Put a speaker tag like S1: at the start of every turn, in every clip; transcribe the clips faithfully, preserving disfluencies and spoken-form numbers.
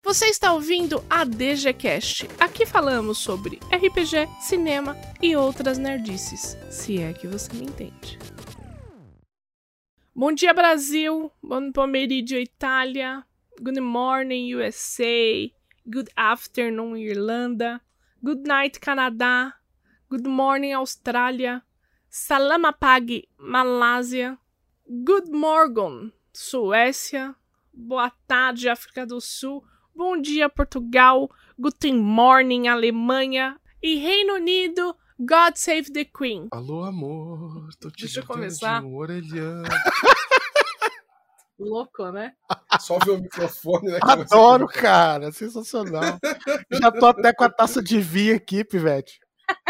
S1: Você está ouvindo a DGCast. Aqui falamos sobre R P G, cinema e outras nerdices, se é que você me entende. Bom dia, Brasil. Bom pomeriggio, Itália. Good morning, U S A. Good afternoon, Irlanda. Good night, Canadá. Good morning, Austrália. Salamapag, Malásia. Good morning, Suécia. Boa tarde, África do Sul. Bom dia, Portugal. Guten morning, Alemanha. E Reino Unido, God Save the Queen.
S2: Alô, amor, tô te
S1: Deixa eu
S2: devendo
S1: começar.
S2: um orelhão.
S1: Louco, né?
S2: Só ver o microfone, né?
S3: Adoro, cara. Sensacional. Já tô até com a taça de vinho aqui, Pivete.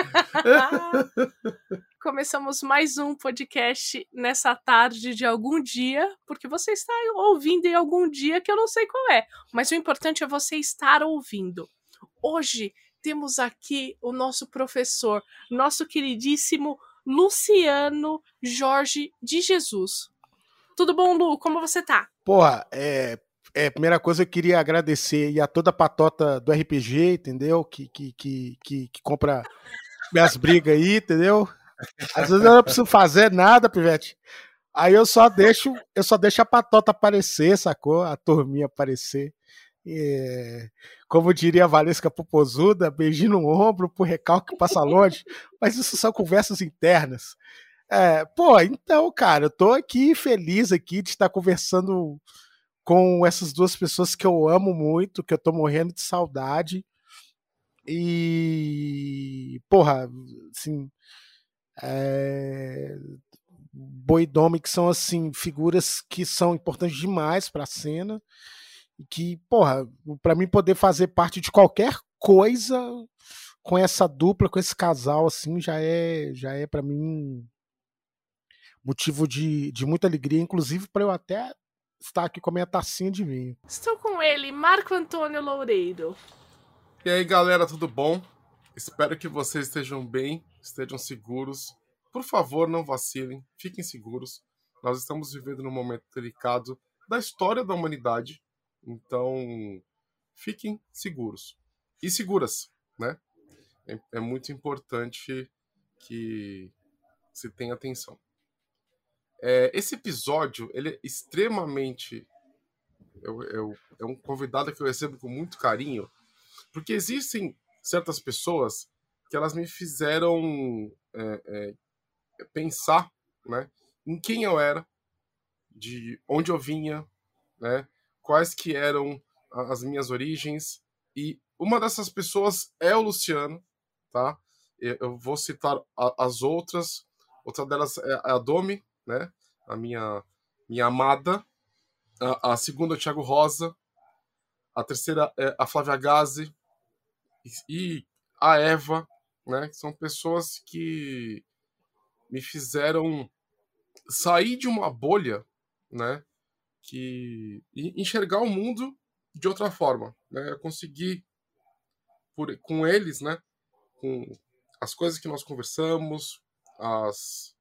S1: Começamos mais um podcast nessa tarde de algum dia, porque você está ouvindo em algum dia que eu não sei qual é, mas o importante é você estar ouvindo. Hoje temos aqui o nosso professor, nosso queridíssimo Luciano Jorge de Jesus. Tudo bom, Lu? Como você tá?
S3: Porra, é, é, primeira coisa eu queria agradecer aí a toda a patota do R P G, entendeu? Que, que, que, que, que compra minhas brigas aí, entendeu? Às vezes eu não preciso fazer nada, Pivete. Aí eu só deixo, eu só deixo a patota aparecer, sacou? A turminha aparecer. É, como diria a Valesca Popozuda, beijinho no ombro pro recalque passa longe. Mas isso são conversas internas. É, pô, então, cara, eu tô aqui feliz aqui de estar conversando com essas duas pessoas que eu amo muito, que eu tô morrendo de saudade. E, porra, assim, é, Boi e Domi, que são, assim, figuras que são importantes demais pra cena. E que, porra, pra mim poder fazer parte de qualquer coisa com essa dupla, com esse casal, assim, já é, já é pra mim motivo de, de muita alegria, inclusive para eu até estar aqui com a minha tacinha de vinho.
S1: Estou com ele, Marco Antônio Loureiro.
S2: E aí, galera, tudo bom? Espero que vocês estejam bem, estejam seguros. Por favor, não vacilem, fiquem seguros. Nós estamos vivendo num momento delicado da história da humanidade, então fiquem seguros. E seguras, né? É, é muito importante que se tenha atenção. É, esse episódio, ele é extremamente... Eu, eu, é um convidado que eu recebo com muito carinho, porque existem certas pessoas que elas me fizeram é, é, pensar, né, em quem eu era, de onde eu vinha, né, quais que eram as minhas origens, e uma dessas pessoas é o Luciano, tá? Eu vou citar a, as outras, outra delas é a Domi, né, a minha, minha amada, a, a segunda é o Thiago Rosa, a terceira é a Flávia Gazi, e a Eva, né, que são pessoas que me fizeram sair de uma bolha, né, que e enxergar o mundo de outra forma, né? Eu consegui por, com eles, né, com as coisas que nós conversamos, as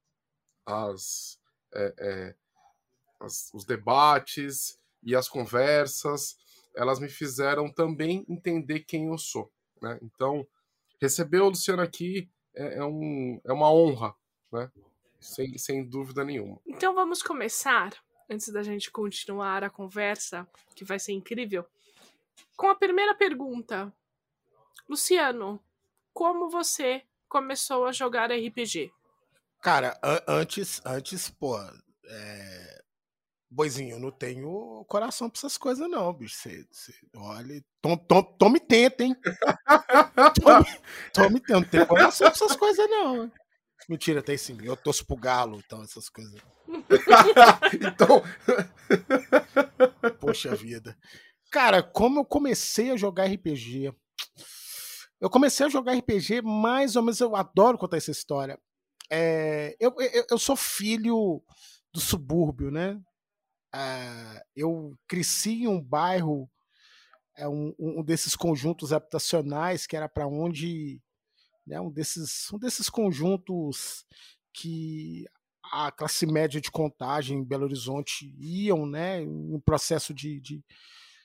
S2: as, é, é, as os debates e as conversas, elas me fizeram também entender quem eu sou, né? Então, receber o Luciano aqui é, é, um, é uma honra, né? Sem, sem dúvida nenhuma.
S1: Então vamos começar, antes da gente continuar a conversa, que vai ser incrível, com a primeira pergunta. Luciano, como você começou a jogar R P G?
S3: Cara, an- antes, antes, pô, é... Boizinho, eu não tenho coração pra essas coisas, não, bicho. Cê, cê, olha, tome, tome, tome tenta, hein? Tome, tome tenta, não tem coração pra essas coisas, não. Mentira, tem sim. Eu torço pro Galo, então, essas coisas.
S2: Então,
S3: Poxa vida. Cara, como eu comecei a jogar R P G? Eu comecei a jogar R P G mais ou menos, eu adoro contar essa história. É, eu, eu, eu sou filho do subúrbio, né? É, eu cresci em um bairro, é, um, um desses conjuntos habitacionais que era para onde, né, um, desses, um desses conjuntos que a classe média de Contagem em Belo Horizonte iam, né, em um processo de, de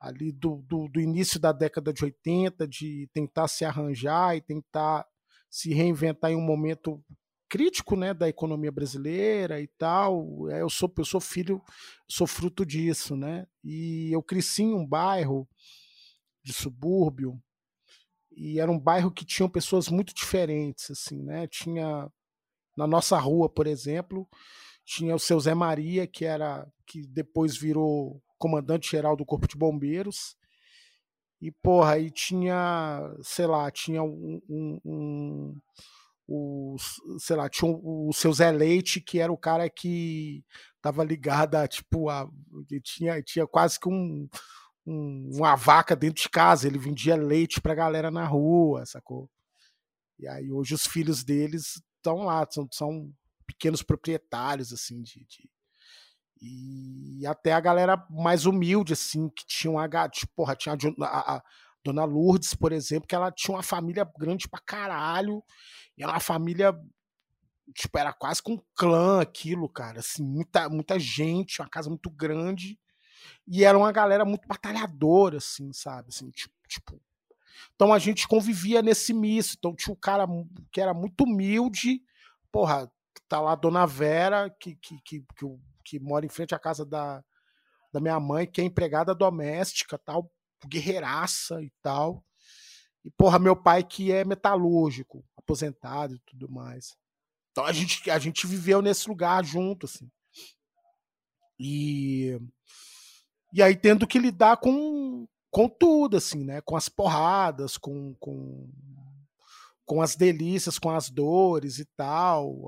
S3: ali do, do, do início da década de oitenta, de tentar se arranjar e tentar se reinventar em um momento crítico, né, da economia brasileira e tal. Eu sou, eu sou filho, sou fruto disso, né? E eu cresci em um bairro de subúrbio, e era um bairro que tinha pessoas muito diferentes, assim, né? Tinha na nossa rua, por exemplo, tinha o seu Zé Maria, que era que depois virou comandante-geral do Corpo de Bombeiros. E, porra, aí tinha, sei lá, tinha um, um, um o, sei lá, tinha o, o seu Zé Leite, que era o cara que tava ligado a, tipo, a, tinha, tinha quase que um, um, uma vaca dentro de casa, ele vendia leite pra galera na rua, sacou? E aí hoje os filhos deles estão lá, são, são pequenos proprietários, assim, de, de e até a galera mais humilde, assim, que tinha uma, tipo, porra, tinha a, a, a Dona Lourdes, por exemplo, que ela tinha uma família grande pra caralho, e era uma família, tipo, era quase com um clã aquilo, cara, assim, muita, muita gente, uma casa muito grande, e era uma galera muito batalhadora, assim, sabe, assim, tipo, tipo então a gente convivia nesse misto, então tinha o cara que era muito humilde, porra, tá lá a Dona Vera, que, que, que, que, que mora em frente à casa da, da minha mãe, que é empregada doméstica, tal, guerreiraça e tal. E, porra, meu pai que é metalúrgico, aposentado e tudo mais. Então a gente, a gente viveu nesse lugar junto, assim. E, e aí tendo que lidar com, com tudo, assim, né? Com as porradas, com, com, com as delícias, com as dores e tal.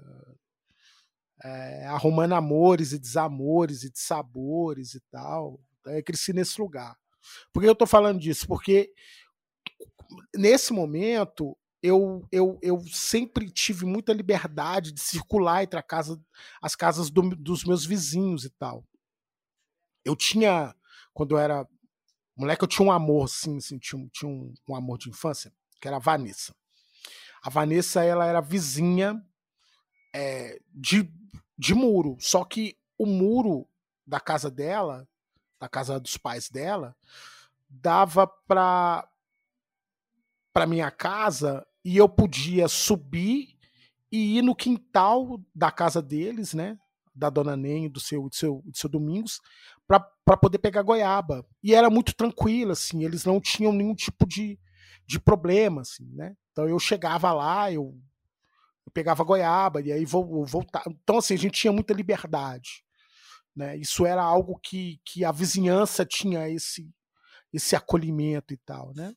S3: É, arrumando amores e desamores e dissabores e tal. Então, eu cresci nesse lugar. Por que eu tô falando disso? Porque nesse momento eu, eu, eu sempre tive muita liberdade de circular entre a casa, as casas do, dos meus vizinhos e tal. Eu tinha, quando eu era moleque, eu tinha um amor, assim, assim tinha, um, tinha um, um amor de infância, que era a Vanessa. A Vanessa, ela era vizinha é, de, de muro, só que o muro da casa dela, da casa dos pais dela, dava para para minha casa e eu podia subir e ir no quintal da casa deles, né? Da Dona Nem, do seu, do seu, do seu Domingos, para poder pegar goiaba. E era muito tranquilo, assim, eles não tinham nenhum tipo de, de problema, assim, né? Então eu chegava lá, eu, eu pegava goiaba e aí voltava. Então, assim, a gente tinha muita liberdade, né? Isso era algo que, que a vizinhança tinha esse, esse acolhimento e tal, né?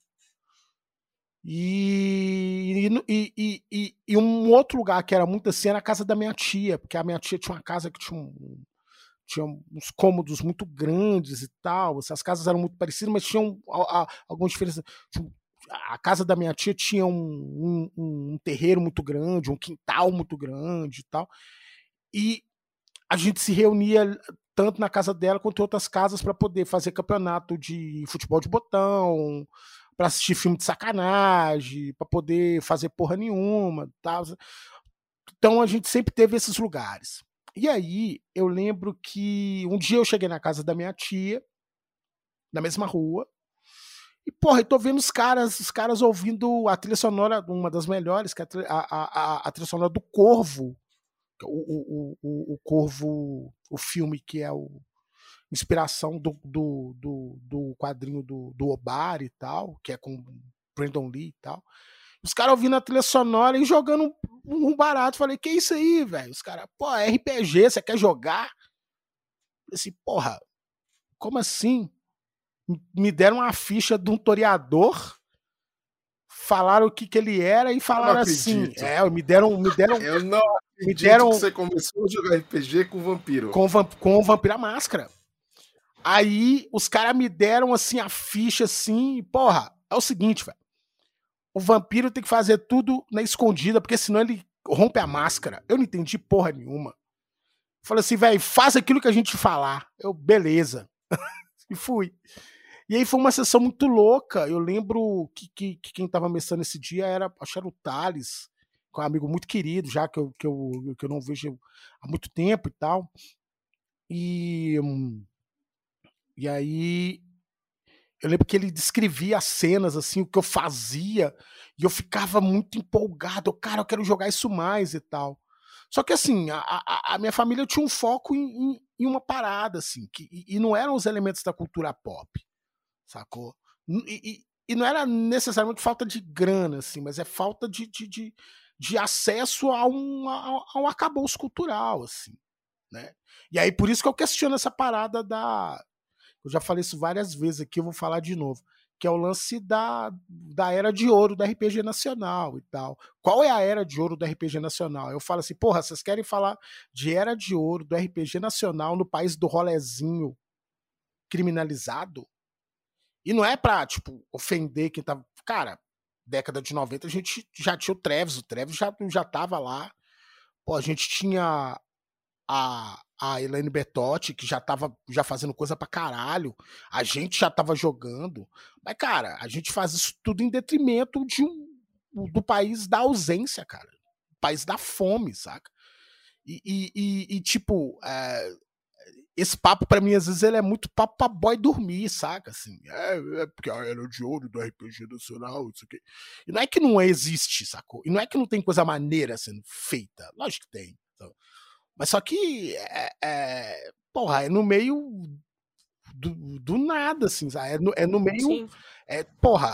S3: E, e, e, e, e um outro lugar que era muito assim era a casa da minha tia, porque a minha tia tinha uma casa que tinha, um, tinha uns cômodos muito grandes e tal. Essas casas eram muito parecidas, mas tinham a, a, algumas diferenças. A casa da minha tia tinha um, um, um terreiro muito grande, um quintal muito grande e tal. E a gente se reunia tanto na casa dela quanto em outras casas para poder fazer campeonato de futebol de botão, para assistir filme de sacanagem, para poder fazer porra nenhuma, tal. Então a gente sempre teve esses lugares. E aí eu lembro que um dia eu cheguei na casa da minha tia, na mesma rua, e porra, eu tô vendo os caras, os caras ouvindo a trilha sonora, uma das melhores, que é a, a, a, a trilha sonora do Corvo, o, o, o, o Corvo, o filme que é o inspiração do, do, do, do quadrinho do, do Obari e tal, que é com Brandon Lee e tal. Os caras ouvindo a trilha sonora e jogando um, um barato. Falei, que isso aí, velho? Os caras, pô, é R P G, você quer jogar? Falei assim, porra, como assim? Me deram uma ficha de um toreador, falaram o que, que ele era e falaram assim. É, me deram. Me deram
S2: Eu não acredito
S3: me deram,
S2: que você começou a jogar R P G com vampiro.
S3: Com, com o Vampiro à Máscara. Aí os caras me deram assim a ficha assim, e, porra, é o seguinte, velho. O vampiro tem que fazer tudo na escondida, porque senão ele rompe a máscara. Eu não entendi porra nenhuma. Falei assim, velho, faz aquilo que a gente falar. Eu, beleza. E fui. E aí foi uma sessão muito louca. Eu lembro que, que, que quem tava mestrando esse dia era, acho que era o Thales, que é um amigo muito querido, já que eu, que eu, que eu não vejo há muito tempo e tal. E... E aí eu lembro que ele descrevia as cenas, assim, o que eu fazia, e eu ficava muito empolgado. Cara, eu quero jogar isso mais e tal. Só que, assim, a, a, a minha família tinha um foco em, em, em uma parada, assim, que, e, e não eram os elementos da cultura pop, sacou? E, e, e não era necessariamente falta de grana, assim, mas é falta de, de, de, de acesso a um, a, a um arcabouço cultural, assim, né? E aí, por isso que eu questiono essa parada da... Eu já falei isso várias vezes aqui, eu vou falar de novo, que é o lance da, da era de ouro do R P G nacional e tal. Qual é a era de ouro do R P G nacional? Eu falo assim, porra, vocês querem falar de era de ouro do R P G nacional no país do rolezinho criminalizado? E não é pra, tipo, ofender quem tá... Cara, década de noventa a gente já tinha o Treves, o Treves já, já tava lá. Pô, a gente tinha a, a Elaine Bertotti, que já tava já fazendo coisa pra caralho. A gente já tava jogando. Mas, cara, a gente faz isso tudo em detrimento de um, do país da ausência, cara. O país da fome, saca? E, e, e, e tipo, é, esse papo, pra mim, às vezes, ele é muito papo pra boy dormir, saca? Assim, é, é porque a era de ouro do R P G nacional, isso aqui. E não é que não existe, sacou? E não é que não tem coisa maneira sendo feita. Lógico que tem. Então. Mas só que, é, é, porra, é no meio do, do nada, assim, sabe? É no, é no meio...
S1: Sim.
S3: É, porra...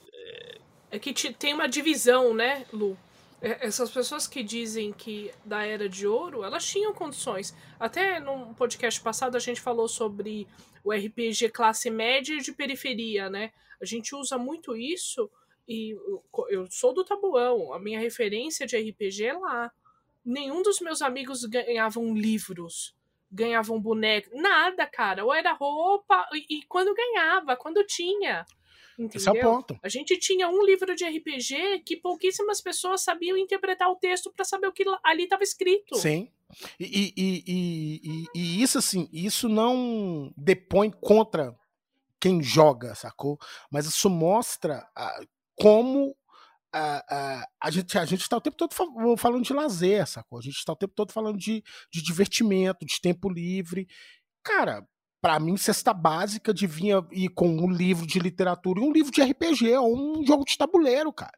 S1: É que te, tem uma divisão, né, Lu? Essas pessoas que dizem que da Era de Ouro, elas tinham condições. Até num podcast passado a gente falou sobre o R P G classe média e de periferia, né? A gente usa muito isso e eu sou do Tabuão, a minha referência de R P G é lá. Nenhum dos meus amigos ganhavam livros, ganhavam boneco, nada, cara. Ou era roupa, e, e quando ganhava, quando tinha. Entendeu?
S3: Esse é o ponto.
S1: A gente tinha um livro de R P G que pouquíssimas pessoas sabiam interpretar o texto para saber o que ali estava escrito.
S3: Sim. E, e, e, e, e isso, assim, isso não depõe contra quem joga, sacou? Mas isso mostra uh, como uh, uh, a gente a gente está o tempo todo falando de lazer, sacou? A gente está o tempo todo falando de, de divertimento, de tempo livre. Cara, pra mim, cesta básica devia ir com um livro de literatura e um livro de R P G ou um jogo de tabuleiro, cara.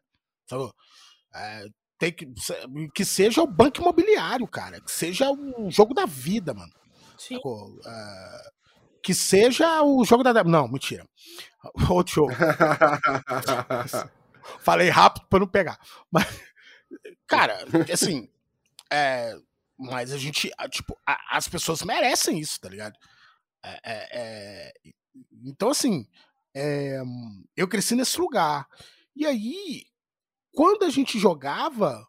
S3: É, tem que, que seja o banco imobiliário, cara. Que seja o jogo da vida, mano.
S1: Sim.
S3: É, que seja o jogo da... Não, mentira. Outro jogo. Falei rápido pra não pegar. Mas, cara, assim... É, mas a gente... Tipo, a, as pessoas merecem isso, tá ligado? É, é, é, então, assim, é, eu cresci nesse lugar. E aí, quando a gente jogava,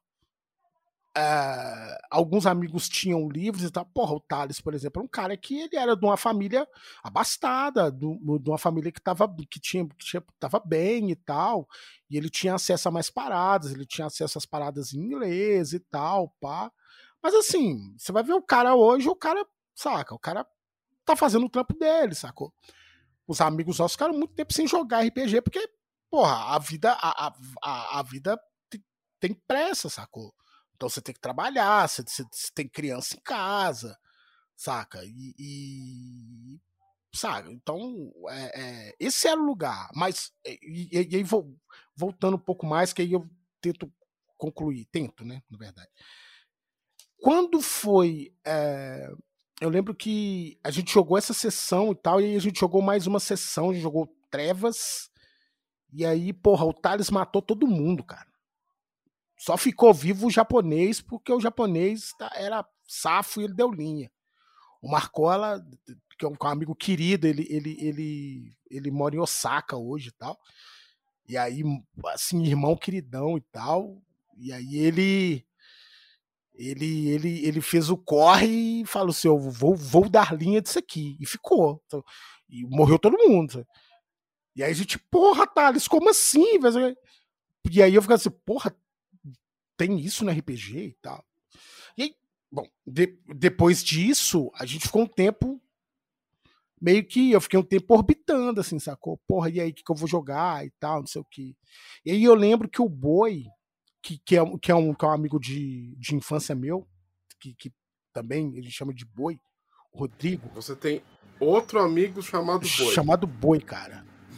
S3: é, alguns amigos tinham livros e tal. Porra, o Thales, por exemplo, é um cara que ele era de uma família abastada, de uma família que tava, que tinha, que tinha, tava bem e tal. E ele tinha acesso a mais paradas, ele tinha acesso às paradas em inglês e tal, pá. Mas assim, você vai ver o cara hoje, o cara, saca, o cara tá fazendo o trampo dele, sacou? Os amigos nossos ficaram muito tempo sem jogar R P G, porque, porra, a vida, a, a, a vida tem pressa, sacou? Então você tem que trabalhar, você, você, você tem criança em casa, saca? E, e sabe? Então, é, é, esse era o lugar. Mas, e, e aí, vou, voltando um pouco mais, que aí eu tento concluir, tento, né, na verdade. Quando foi... É, eu lembro que a gente jogou essa sessão e tal, e aí a gente jogou mais uma sessão, a gente jogou Trevas, e aí, porra, o Thales matou todo mundo, cara. Só ficou vivo o japonês, porque o japonês era safo e ele deu linha. O Marcola, que é um amigo querido, ele, ele, ele, ele mora em Osaka hoje e tal, e aí, assim, irmão queridão e tal, e aí ele... Ele, ele, ele fez o corre e falou assim: eu vou, vou dar linha disso aqui. E ficou. Então, e morreu todo mundo. Sabe? E aí a gente, porra, Thales, como assim? E aí eu fico assim, porra, tem isso no R P G e tal. E aí, bom, de, depois disso, a gente ficou um tempo. Meio que eu fiquei um tempo orbitando, assim, sacou? Porra, e aí, o que, que eu vou jogar e tal, não sei o que. E aí eu lembro que o Boi. Que, que, é, que, é um, que é um amigo de, de infância meu, que, que também ele chama de Boi, o Rodrigo.
S2: Você tem outro amigo chamado Boi.
S3: Chamado Boi, cara.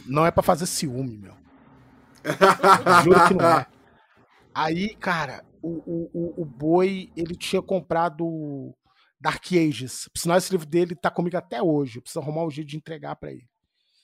S3: não é pra fazer ciúme, meu. Juro que não é. Aí, cara, o, o, o, o Boi, ele tinha comprado Dark Ages. Por sinal, esse livro dele tá comigo até hoje. Eu preciso arrumar um jeito de entregar pra ele.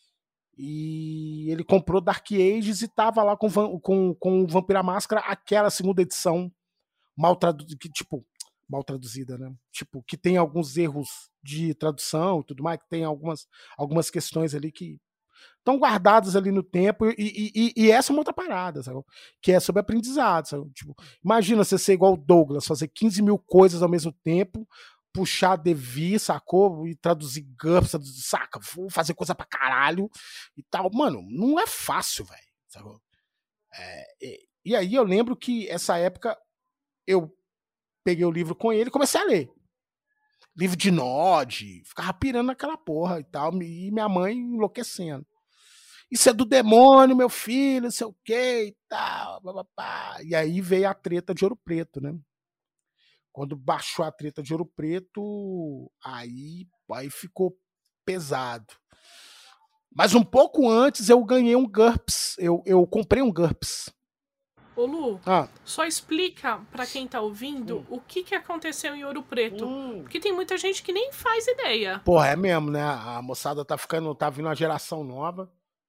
S3: E ele comprou Dark Ages e tava lá com, com, com Vampira Máscara, aquela segunda edição mal traduzida, que, tipo, mal traduzida, né? Tipo, que tem alguns erros de tradução e tudo mais, que tem algumas, algumas questões ali que estão guardadas ali no tempo, e, e, e, e essa é uma outra parada, sabe? Que é sobre aprendizado, sabe? Tipo, imagina você ser igual o Douglas, fazer quinze mil coisas ao mesmo tempo, puxar Devi, sacou? E traduzir GURPS, traduzir, saca? Vou fazer coisa pra caralho e tal. Mano, não é fácil, velho. É, e, e aí eu lembro que essa época eu peguei o livro com ele e comecei a ler. Livro de Nod, ficava pirando naquela porra e tal, e minha mãe enlouquecendo. Isso é do demônio, meu filho, não sei o que e tal. Bababá. E aí veio a treta de Ouro Preto, né? Quando baixou a treta de Ouro Preto, aí, aí ficou pesado. Mas um pouco antes eu ganhei um GURPS. Eu, eu comprei um GURPS.
S1: Ô Lu,
S3: ah.
S1: só explica pra quem tá ouvindo hum. o que, que aconteceu em Ouro Preto. Hum. Porque tem muita gente que nem faz ideia.
S3: Porra, é mesmo, né? A moçada tá ficando, tá vindo uma geração nova.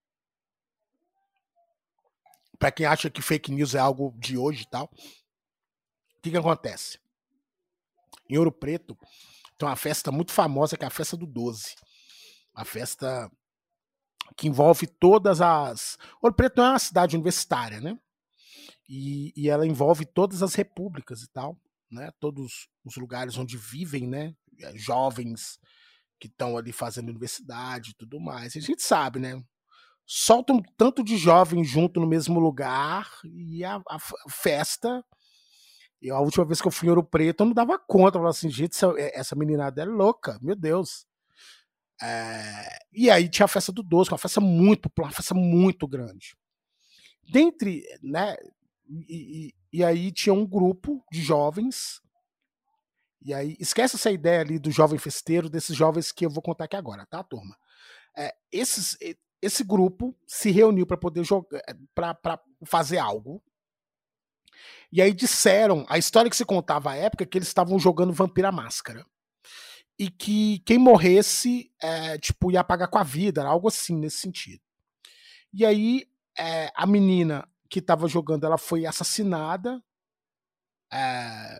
S3: Pra quem acha que fake news é algo de hoje e tal. O que que acontece? Em Ouro Preto tem uma festa muito famosa que é a Festa do doze. A festa que envolve todas as... Ouro Preto não é uma cidade universitária, né? E, e ela envolve todas as repúblicas e tal, né? Todos os lugares onde vivem, né? Jovens que estão ali fazendo universidade e tudo mais. E a gente sabe, né? Soltam um tanto de jovens junto no mesmo lugar e a, a festa... Eu, a última vez que eu fui em Ouro Preto, eu não dava conta. Eu falava assim, gente, essa, essa meninada é louca, meu Deus. É, e aí tinha a Festa do doze, uma festa muito popular, uma festa muito grande. Dentre, né, e, e, e aí tinha um grupo de jovens, e aí, esquece essa ideia ali do jovem festeiro, desses jovens que eu vou contar aqui agora, tá, turma? É, esses, esse grupo se reuniu para poder jogar, para fazer algo. E aí disseram, a história que se contava à época é que eles estavam jogando Vampira Máscara. E que quem morresse, é, tipo, ia pagar com a vida, era algo assim nesse sentido. E aí é, a menina que estava jogando, ela foi assassinada. É,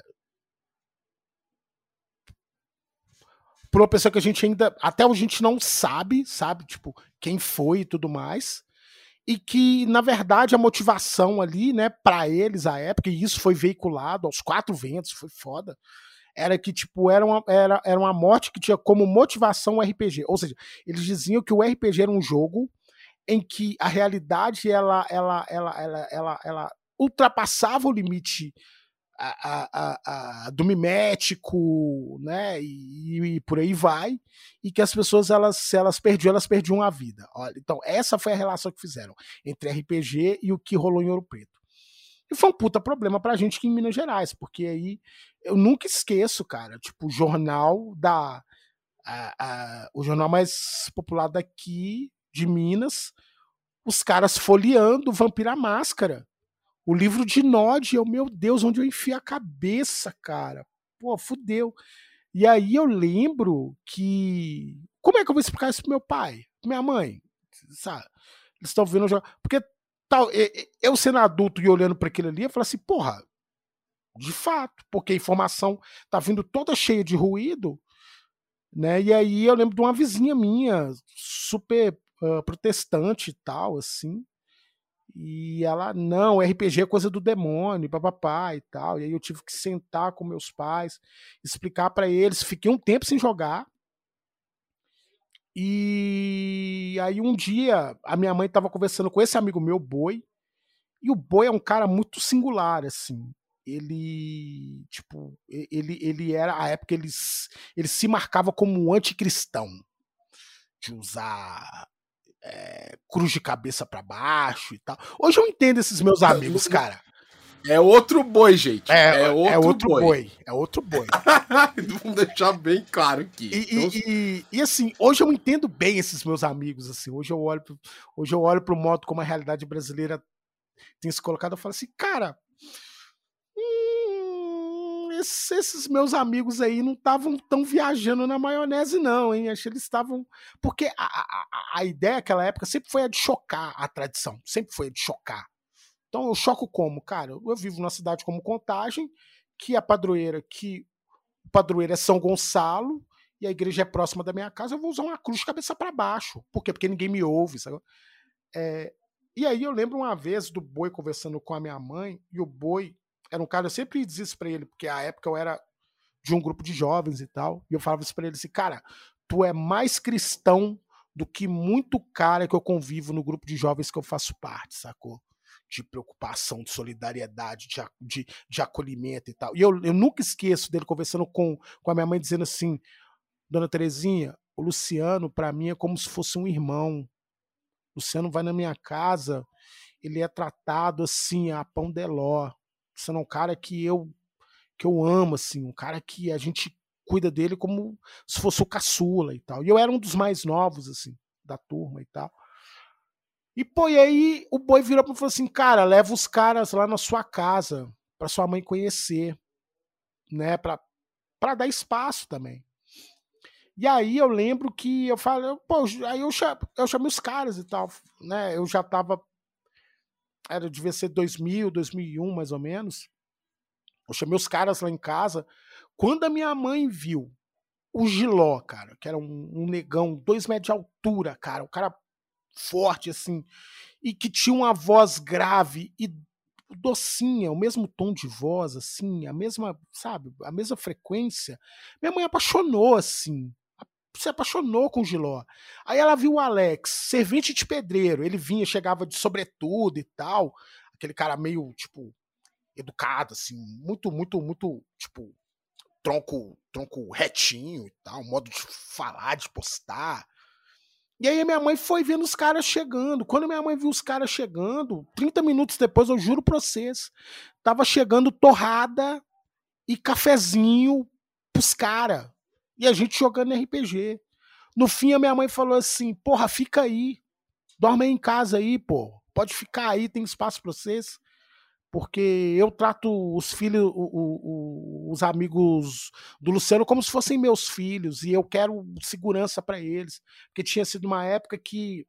S3: por uma pessoa que a gente ainda, até hoje a gente não sabe, sabe, tipo, quem foi e tudo mais. E que, na verdade, a motivação ali, né, pra eles, à época, e isso foi veiculado aos quatro ventos, foi foda, era que, tipo, era uma, era, era uma morte que tinha como motivação o R P G. Ou seja, eles diziam que o R P G era um jogo em que a realidade, ela, ela, ela, ela, ela, ela ultrapassava o limite a, a, a, a, do mimético, né, e, e por aí vai, e que as pessoas, elas, se elas perdiam, elas perdiam a vida. Olha, então, essa foi a relação que fizeram entre R P G e o que rolou em Ouro Preto. E foi um puta problema pra gente aqui em Minas Gerais, porque aí eu nunca esqueço, cara, tipo, o jornal da... A, a, o jornal mais popular daqui, de Minas, os caras folheando Vampira Máscara. O livro de Nod, eu, meu Deus, onde eu enfio a cabeça, cara. Pô, fudeu. E aí eu lembro que... Como é que eu vou explicar isso pro meu pai? Minha mãe? Sabe? Eles estão vendo... Porque tal, eu sendo adulto e olhando para aquilo ali, eu falo assim, porra, de fato, porque a informação tá vindo toda cheia de ruído, né? E aí eu lembro de uma vizinha minha, super uh, protestante e tal, assim, e ela, não, R P G é coisa do demônio, papapá e tal. E aí eu tive que sentar com meus pais, explicar para eles. Fiquei um tempo sem jogar. E aí um dia a minha mãe estava conversando com esse amigo meu, Boi. E o Boi é um cara muito singular, assim. Ele, tipo, ele, ele era, à época, ele, ele se marcava como um anticristão. De usar... É, cruz de cabeça para baixo e tal. Hoje eu entendo esses meus amigos, cara.
S2: É outro boi, gente.
S3: É,
S2: é outro,
S3: é outro
S2: boi.
S3: boi. É outro boi.
S2: Vamos deixar bem claro aqui.
S3: E,
S2: Então,
S3: e, e, e, assim, hoje eu entendo bem esses meus amigos. Assim, hoje eu olho pro, hoje eu olho pro modo como a realidade brasileira tem se colocado. Eu falo assim, cara, hum, esses, esses meus amigos aí não estavam tão viajando na maionese, não, hein? Acho que eles estavam. Porque a, a, a ideia naquela época sempre foi a de chocar a tradição. Sempre foi a de chocar. Então eu choco como? Cara, eu vivo numa cidade como Contagem, que a padroeira, que o padroeiro é São Gonçalo, e a igreja é próxima da minha casa, eu vou usar uma cruz de cabeça para baixo. Por quê? Porque ninguém me ouve, sabe? É, e aí eu lembro uma vez do Boi conversando com a minha mãe, e o Boi era um cara, eu sempre dizia isso pra ele, porque a época eu era de um grupo de jovens e tal, e eu falava isso pra ele assim, cara, tu é mais cristão do que muito cara que eu convivo no grupo de jovens que eu faço parte, sacou? De preocupação, de solidariedade, de, de, de acolhimento e tal. E eu, eu nunca esqueço dele conversando com, com a minha mãe, dizendo assim, Dona Terezinha, o Luciano, para mim, é como se fosse um irmão. O Luciano vai na minha casa, ele é tratado assim, a pão de ló. Você é um cara que eu, que eu amo, assim, um cara que a gente cuida dele como se fosse o caçula e tal. E eu era um dos mais novos, assim, da turma e tal. E, pô, e aí o Boi virou pra mim e falou assim, cara, leva os caras lá na sua casa, pra sua mãe conhecer, né, pra, pra dar espaço também. E aí eu lembro que eu falei, pô, aí eu, eu chamei os caras e tal, né, eu já tava, era, devia ser dois mil, dois mil e um mais ou menos, eu chamei os caras lá em casa, quando a minha mãe viu o Giló, cara, que era um, um negão, dois metros de altura, cara, um cara forte, assim, e que tinha uma voz grave e docinha, o mesmo tom de voz, assim, a mesma, sabe, a mesma frequência. Minha mãe apaixonou, assim, se apaixonou com o Giló. Aí ela viu o Alex, servente de pedreiro, ele vinha, chegava de sobretudo e tal, aquele cara meio, tipo, educado, assim, muito, muito, muito, tipo, tronco, tronco retinho e tal, modo de falar, de postar. E aí minha mãe foi vendo os caras chegando. Quando minha mãe viu os caras chegando, trinta minutos depois, eu juro pra vocês, tava chegando torrada e cafezinho pros caras. E a gente jogando R P G. No fim, a minha mãe falou assim, porra, fica aí. Dorme aí em casa aí, pô. Pode ficar aí, tem espaço pra vocês. Porque eu trato os filhos, o, o, o, os amigos do Luciano como se fossem meus filhos, e eu quero segurança para eles, porque tinha sido uma época que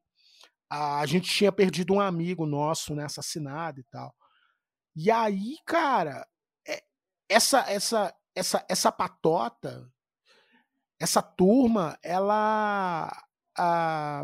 S3: a gente tinha perdido um amigo nosso, né, assassinado e tal. E aí, cara, essa essa essa essa patota, essa turma, ela a,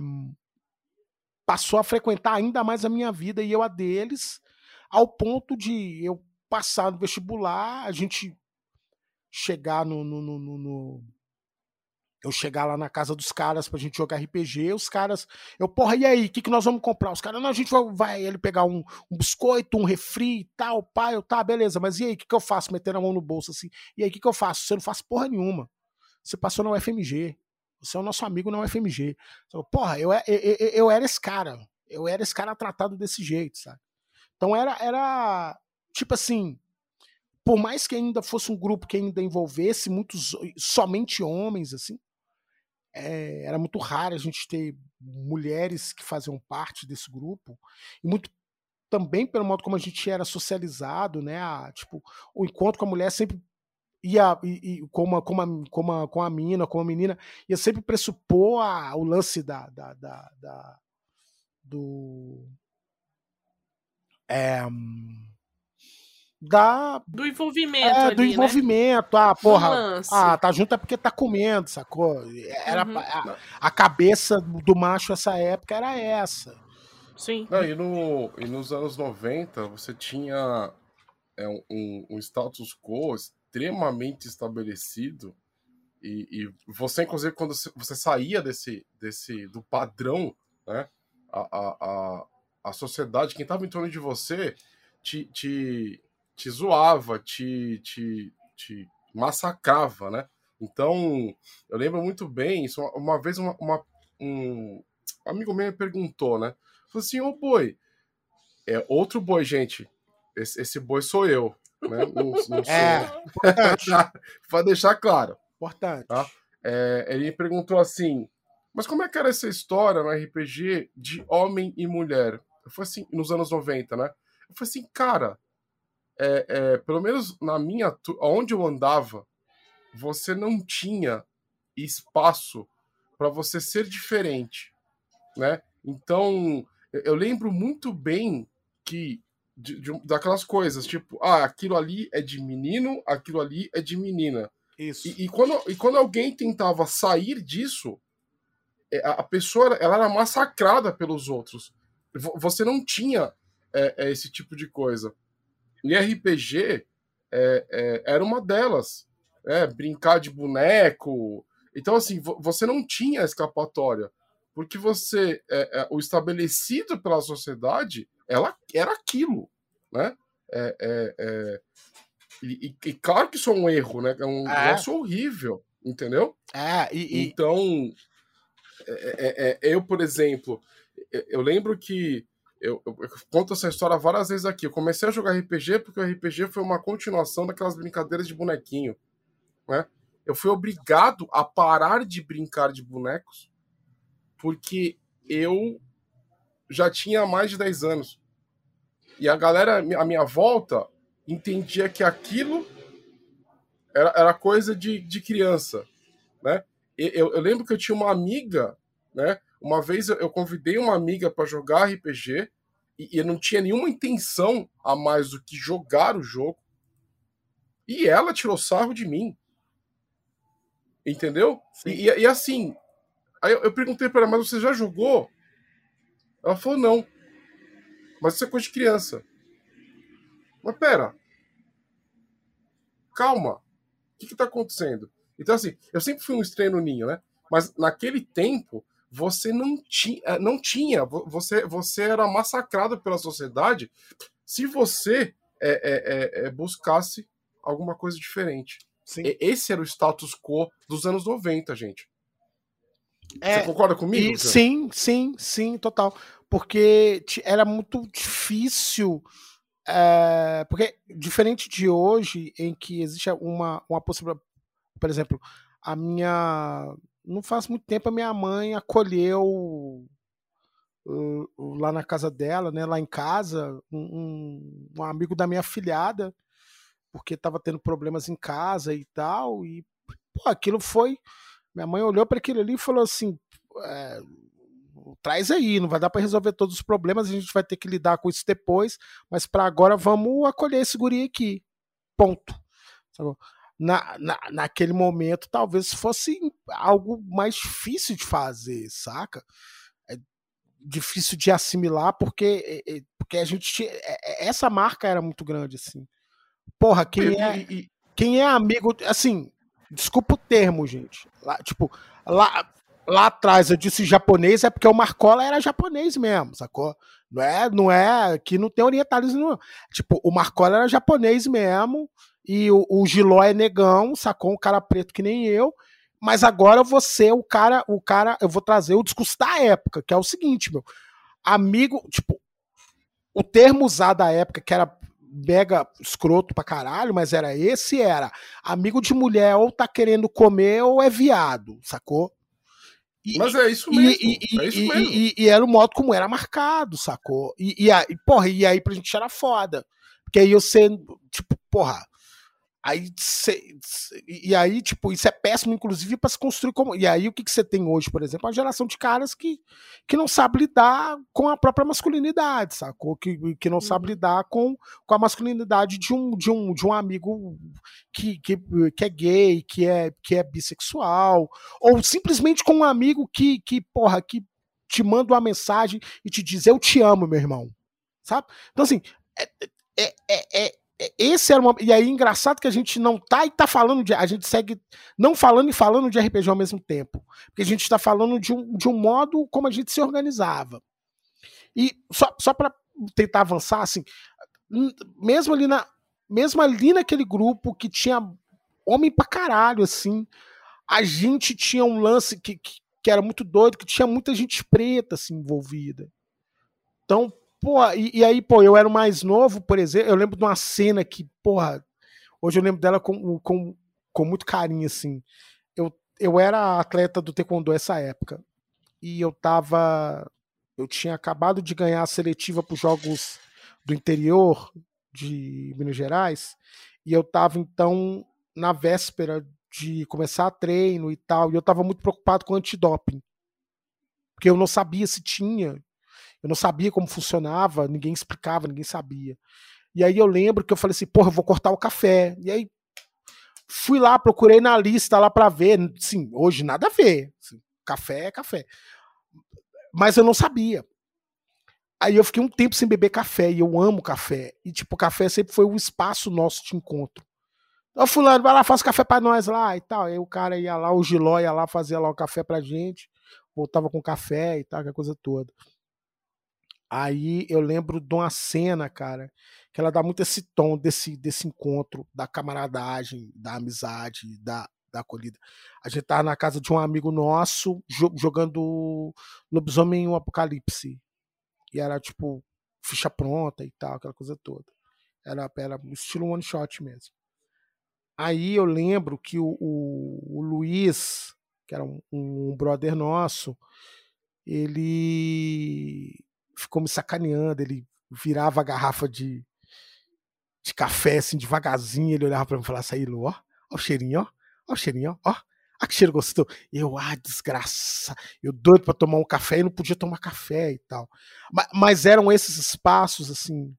S3: passou a frequentar ainda mais a minha vida e eu a deles, ao ponto de eu passar no vestibular, a gente chegar no, no, no, no, no eu chegar lá na casa dos caras pra gente jogar R P G, os caras, eu, porra, e aí, o que, que nós vamos comprar? Os caras, não, a gente vai, vai ele pegar um, um biscoito, um refri e tal, pai, eu, tá, beleza, mas e aí, o que, que eu faço? Metendo a mão no bolso assim, e aí, o que, que eu faço? Você não faz porra nenhuma, você passou na U F M G, você é o nosso amigo na U F M G. Eu, porra, eu, eu, eu, eu era esse cara, eu era esse cara tratado desse jeito, sabe? Então era, era tipo assim, por mais que ainda fosse um grupo que ainda envolvesse muitos, somente homens, assim, é, era muito raro a gente ter mulheres que faziam parte desse grupo, e muito também pelo modo como a gente era socializado, né? A, tipo, o encontro com a mulher sempre ia, e, e, com, uma, com, uma, com, uma, com a mina, com a menina, ia sempre pressupor a, o lance da, da, da, da do É, da,
S1: Do envolvimento
S3: é,
S1: ali,
S3: do envolvimento. Né? Ah, porra, ah, tá junto é porque tá comendo, sacou? Era,
S1: uhum.
S3: a, a cabeça do macho nessa época era essa.
S1: Sim.
S2: Não, e, no, e nos anos noventa você tinha é, um, um status quo extremamente estabelecido. E, e você, inclusive, quando você saía desse, desse do padrão, né? A, a, a, a sociedade, quem estava em torno de você, te, te, te zoava, te, te, te massacrava, né? Então, eu lembro muito bem isso. Uma, uma vez, uma, uma, um amigo meu me perguntou, né? Falou assim, ô boi, é outro boi, gente. esse, esse boi sou eu, né? Não, não sou...
S3: É, importante.
S2: Pra deixar claro.
S3: Importante.
S2: Tá? É, ele perguntou assim, mas como é que era essa história no R P G de homem e mulher? Eu falei assim, nos anos noventa, né? Eu falei assim, cara, é, é, pelo menos na minha... onde eu andava, você não tinha espaço para você ser diferente, né? Então, eu lembro muito bem que de, de, daquelas coisas, tipo, ah, aquilo ali é de menino, aquilo ali é de menina.
S3: Isso.
S2: E, e, quando, e quando alguém tentava sair disso, a pessoa ela era massacrada pelos outros. Você não tinha é, é, esse tipo de coisa. E R P G é, é, era uma delas. É, brincar de boneco. Então, assim, você não tinha escapatória. Porque você, é, é, o estabelecido pela sociedade, ela era aquilo, né? É, é, é, e, e, e claro que isso é um erro, né? É um é. negócio horrível, entendeu?
S3: É, e, e...
S2: Então, é, é, eu, por exemplo, eu lembro que eu, eu, eu conto essa história várias vezes aqui. Eu comecei a jogar R P G porque o R P G foi uma continuação daquelas brincadeiras de bonequinho, né? Eu fui obrigado a parar de brincar de bonecos porque eu já tinha mais de dez anos. E a galera, à minha volta, entendia que aquilo era, era coisa de, de criança, né? Eu, eu lembro que eu tinha uma amiga, né? Uma vez eu convidei uma amiga para jogar R P G e, e eu não tinha nenhuma intenção a mais do que jogar o jogo. E ela tirou sarro de mim. Entendeu? E, e, e assim, aí eu, eu perguntei para ela, mas você já jogou? Ela falou, não. Mas isso é coisa de criança. Mas pera. Calma. O que que tá acontecendo? Então, assim, eu sempre fui um estranho no ninho, né? Mas naquele tempo, você não tinha. Não tinha. Você, você era massacrado pela sociedade se você é, é, é, buscasse alguma coisa diferente. Sim. Esse era o status quo dos anos noventa, gente.
S3: É,
S2: você concorda comigo?
S3: E, sim, sim, sim, total. Porque era muito difícil. É, porque, diferente de hoje, em que existe uma, uma possibilidade. Por exemplo, a minha. Não faz muito tempo a minha mãe acolheu uh, lá na casa dela, né, lá em casa, um, um amigo da minha afilhada, porque estava tendo problemas em casa e tal. E pô, aquilo foi. Minha mãe olhou para aquilo ali e falou assim: é, traz aí, não vai dar para resolver todos os problemas, a gente vai ter que lidar com isso depois, mas para agora vamos acolher esse guri aqui. Ponto. Sabe? Na, na, naquele momento, talvez fosse algo mais difícil de fazer, saca? É difícil de assimilar, porque, porque a gente tinha, essa marca era muito grande, assim. Porra, quem é, quem é amigo, assim, desculpa o termo, gente. Lá, tipo, lá, lá atrás eu disse japonês, é porque o Marcola era japonês mesmo, sacou? Não é, não é, aqui não tem orientalismo, não. Tipo, o Marcola era japonês mesmo, e o, o Giló é negão, sacou? Um cara preto que nem eu, mas agora eu vou ser o cara, o cara, eu vou trazer o discurso da época, que é o seguinte, meu, amigo, tipo, o termo usado da época, que era mega escroto pra caralho, mas era esse, era amigo de mulher ou tá querendo comer ou é viado, sacou?
S2: E, mas é isso mesmo.
S3: E, e,
S2: é isso
S3: e,
S2: mesmo.
S3: E, e era o modo como era marcado, sacou? E, e, aí, porra, e aí pra gente era foda. Porque aí você, tipo, porra. Aí cê, cê, e aí, tipo, isso é péssimo, inclusive, para se construir como. E aí, o que, que você tem hoje, por exemplo? Uma geração de caras que, que não sabe lidar com a própria masculinidade, sacou? Que, que não uhum. sabe lidar com, com a masculinidade de um, de um, de um amigo que, que, que é gay, que é, que é bissexual, ou simplesmente com um amigo que, que, porra, que te manda uma mensagem e te diz: eu te amo, meu irmão. Sabe? Então, assim, é. é, é, é Esse era uma... E aí, engraçado que a gente não tá e tá falando de... A gente segue não falando e falando de R P G ao mesmo tempo. Porque a gente tá falando de um, de um modo como a gente se organizava. E só, só pra tentar avançar, assim, mesmo ali, na, mesmo ali naquele grupo que tinha homem pra caralho, assim, a gente tinha um lance que, que, que era muito doido, que tinha muita gente preta, assim, envolvida. Então, Pô, e, e aí, pô, eu era o mais novo, por exemplo, eu lembro de uma cena que, porra, hoje eu lembro dela com, com, com muito carinho, assim. Eu, eu era atleta do Taekwondo essa época. E eu tava. Eu tinha acabado de ganhar a seletiva para os Jogos do Interior de Minas Gerais. E eu tava, então, na véspera de começar treino e tal. E eu tava muito preocupado com antidoping. Porque eu não sabia se tinha. Eu não sabia como funcionava, ninguém explicava, ninguém sabia. E aí eu lembro que eu falei assim, porra, eu vou cortar o café. E aí fui lá, procurei na lista lá para ver. Sim, hoje nada a ver. Café é café. Mas eu não sabia. Aí eu fiquei um tempo sem beber café, e eu amo café. E tipo, o café sempre foi o espaço nosso de encontro. Então, fulano, vai lá, faz café pra nós lá e tal. Aí o cara ia lá, o Giló ia lá, fazia lá o café pra gente. Voltava com café e tal, aquela coisa toda. Aí eu lembro de uma cena, cara, que ela dá muito esse tom desse, desse encontro, da camaradagem, da amizade, da, da acolhida. A gente tava na casa de um amigo nosso, jo- jogando Lobisomem um Apocalipse. E era, tipo, ficha pronta e tal, aquela coisa toda. Era, era estilo one shot mesmo. Aí eu lembro que o, o, o Luiz, que era um, um brother nosso, ele ficou me sacaneando, ele virava a garrafa de, de café, assim, devagarzinho, ele olhava pra mim e falava assim, Lu, ó, ó o cheirinho, ó, ó o cheirinho, ó, ó, ah, que cheiro gostoso. E eu, ah, desgraça, eu doido pra tomar um café e não podia tomar café e tal. Mas, mas eram esses espaços, assim,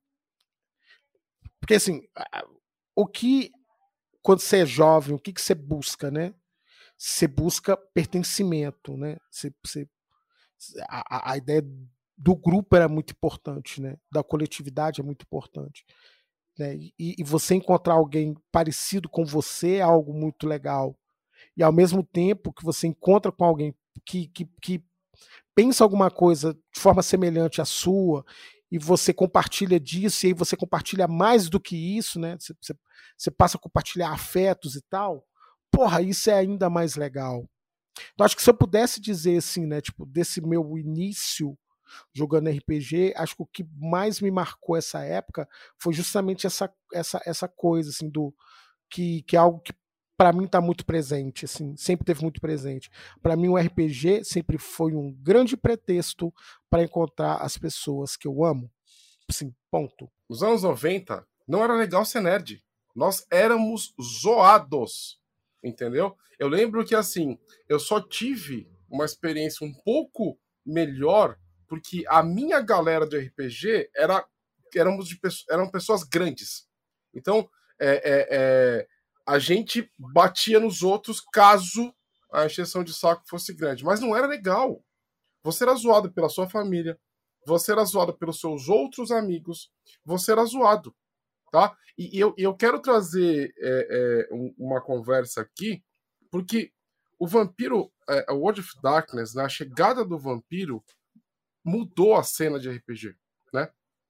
S3: porque assim, o que, quando você é jovem, o que, que você busca, né? Você busca pertencimento, né? Você, você, a, a ideia do grupo era muito importante, né? Da coletividade é muito importante. Né? E, e você encontrar alguém parecido com você é algo muito legal. E ao mesmo tempo que você encontra com alguém que, que, que pensa alguma coisa de forma semelhante à sua, e você compartilha disso, e aí você compartilha mais do que isso, né? Você, você, você passa a compartilhar afetos e tal. Porra, isso é ainda mais legal. Então, acho que se eu pudesse dizer assim, né, tipo, desse meu início jogando R P G, acho que o que mais me marcou essa época foi justamente essa, essa, essa coisa, assim, do que, que é algo que para mim está muito presente, assim, sempre teve muito presente. Para mim, o R P G sempre foi um grande pretexto para encontrar as pessoas que eu amo. Assim, ponto.
S2: Nos anos noventa, não era legal ser nerd. Nós éramos zoados, entendeu? Eu lembro que, assim, eu só tive uma experiência um pouco melhor porque a minha galera de R P G era, éramos de, eram pessoas grandes. Então, é, é, é, a gente batia nos outros caso a encheção de saco fosse grande. Mas não era legal. Você era zoado pela sua família, você era zoado pelos seus outros amigos, você era zoado, tá? E, e eu, eu quero trazer é, é, uma conversa aqui, porque o vampiro, é, a World of Darkness, né, a chegada do vampiro mudou a cena de R P G, né?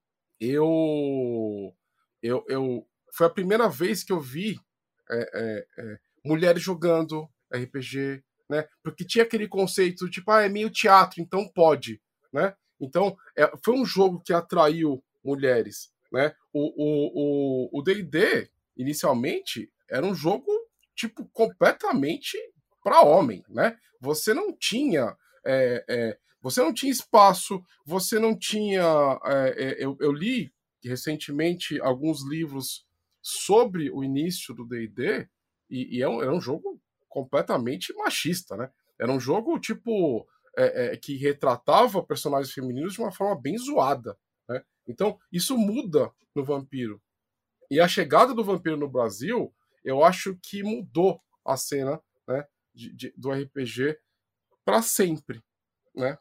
S2: Eu, eu, eu foi a primeira vez que eu vi é, é, é, mulheres jogando R P G, né? Porque tinha aquele conceito tipo, ah, é meio teatro, então pode, né? Então é, foi um jogo que atraiu mulheres, né? O o o D e D inicialmente era um jogo tipo completamente para homem, né? Você não tinha é, é, você não tinha espaço, você não tinha. É, eu, eu li recentemente alguns livros sobre o início do D e D, e, e é um, era um jogo completamente machista, né? Era um jogo, tipo, é, é, que retratava personagens femininos de uma forma bem zoada, né? Então, isso muda no Vampiro. E a chegada do Vampiro no Brasil, eu acho que mudou a cena, né, de, de, do R P G para sempre, né?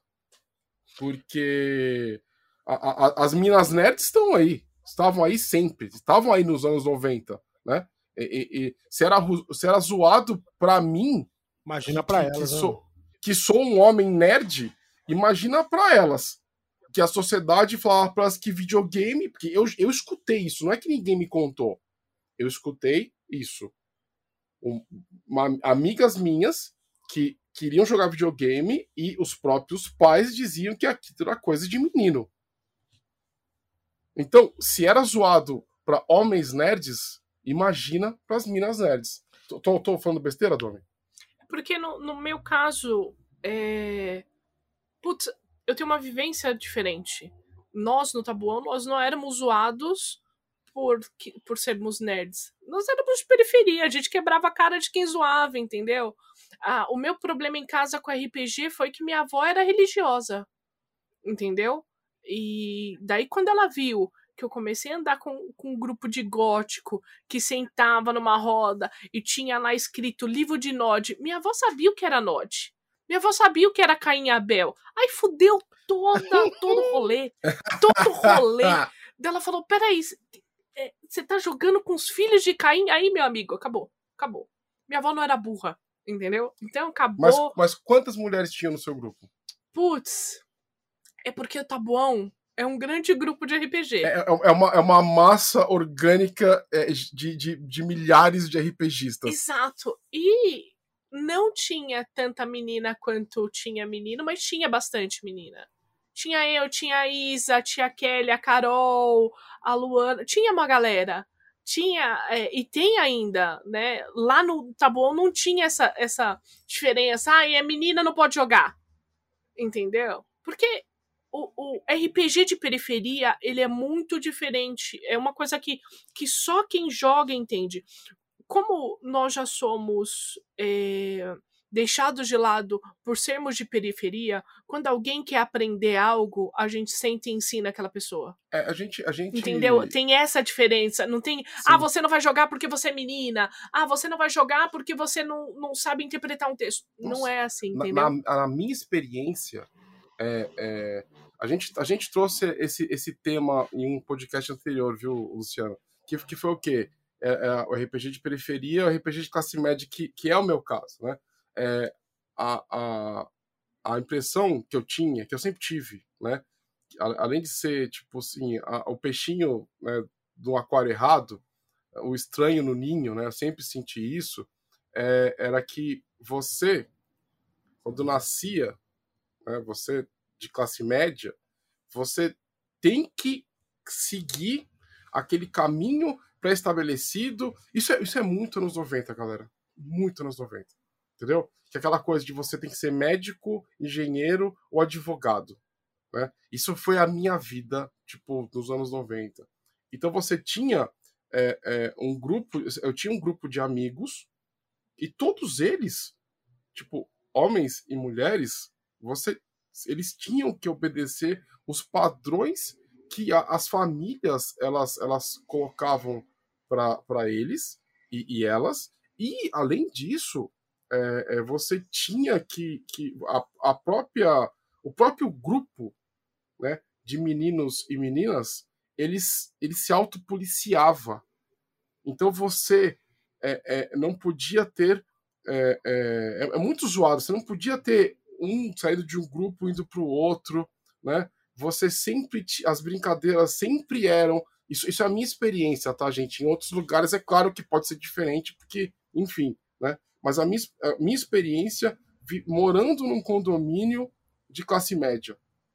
S2: Porque a, a, as minas nerds estão aí, estavam aí sempre, estavam aí nos anos noventa, né? E, e, e se, era, se era zoado pra mim,
S3: imagina
S2: que,
S3: pra
S2: que,
S3: elas,
S2: que,
S3: né?
S2: sou, que sou um homem nerd, imagina pra elas. Que a sociedade falava pra elas que videogame, porque eu, eu escutei isso, não é que ninguém me contou. Eu escutei isso. Um, uma, amigas minhas que queriam jogar videogame e os próprios pais diziam que aquilo era coisa de menino. Então, se era zoado pra homens nerds, imagina pras minas nerds. Tô, tô, tô falando besteira, Domi?
S1: Porque no, no meu caso, é... Putz, eu tenho uma vivência diferente. Nós, no Tabuão, nós não éramos zoados por, por sermos nerds. Nós éramos de periferia, a gente quebrava a cara de quem zoava, entendeu? Ah, o meu problema em casa com R P G foi que minha avó era religiosa, entendeu? E daí quando ela viu que eu comecei a andar com, com um grupo de gótico que sentava numa roda e tinha lá escrito livro de Nod, minha avó sabia o que era Nod. Minha avó sabia o que era Caim e Abel. Aí fudeu toda, todo rolê. Todo rolê. Daí ela falou, peraí, você tá jogando com os filhos de Caim? Aí, meu amigo, acabou. Acabou. Minha avó não era burra, entendeu? Então acabou.
S2: Mas, mas quantas mulheres tinham no seu grupo?
S1: Putz, é porque o Tabuão é um grande grupo de R P G.
S2: É, é, uma, é uma massa orgânica de, de, de milhares de RPGistas.
S1: Exato. E não tinha tanta menina quanto tinha menino, mas tinha bastante menina. Tinha eu, tinha a Isa, tinha a Kelly, a Carol, a Luana. Tinha uma galera. Tinha, é, e tem ainda, né? Lá no Tabuão não tinha essa, essa diferença. Ah, é menina, não pode jogar. Entendeu? Porque o, o R P G de periferia, ele é muito diferente. É uma coisa que, que só quem joga entende. Como nós já somos é, deixados de lado por sermos de periferia, quando alguém quer aprender algo, a gente sente e ensina aquela pessoa.
S2: É, a gente, a gente...
S1: Entendeu? Tem essa diferença. Não tem, Sim. ah, você não vai jogar porque você é menina. Ah, você não vai jogar porque você não, não sabe interpretar um texto. Nossa, não é assim, entendeu?
S2: Na, na, na minha experiência, é, é, a, gente, a gente trouxe esse, esse tema em um podcast anterior, viu, Luciano? Que, que foi o quê? É, é, o R P G de periferia, o R P G de classe média, que, que é o meu caso, né? É, a, a, a impressão que eu tinha, que eu sempre tive, né? Além de ser, tipo assim, a, o peixinho, né, do aquário errado, o estranho no ninho, né? Eu sempre senti isso, é, era que você, quando nascia, né, você de classe média, você tem que seguir aquele caminho pré-estabelecido. Isso é, isso é muito anos noventa, galera. Muito anos noventa. Entendeu? Que é aquela coisa de você tem que ser médico, engenheiro ou advogado. Né? Isso foi a minha vida, tipo, nos anos noventa. Então você tinha é, é, um grupo, eu tinha um grupo de amigos e todos eles, tipo, homens e mulheres, você, eles tinham que obedecer os padrões que a, as famílias elas, elas colocavam para eles e, e elas, e além disso, é, é, você tinha que, que a, a própria, o próprio grupo, né, de meninos e meninas, eles, eles se autopoliciava. Então você é, é, não podia ter é, é, é muito zoado, você não podia ter um saído de um grupo indo para o outro, né? Você sempre, as brincadeiras sempre eram, isso, isso é a minha experiência, tá, gente? Em outros lugares é claro que pode ser diferente, porque, enfim, né? Mas a minha, a minha experiência vi, morando num condomínio de classe média,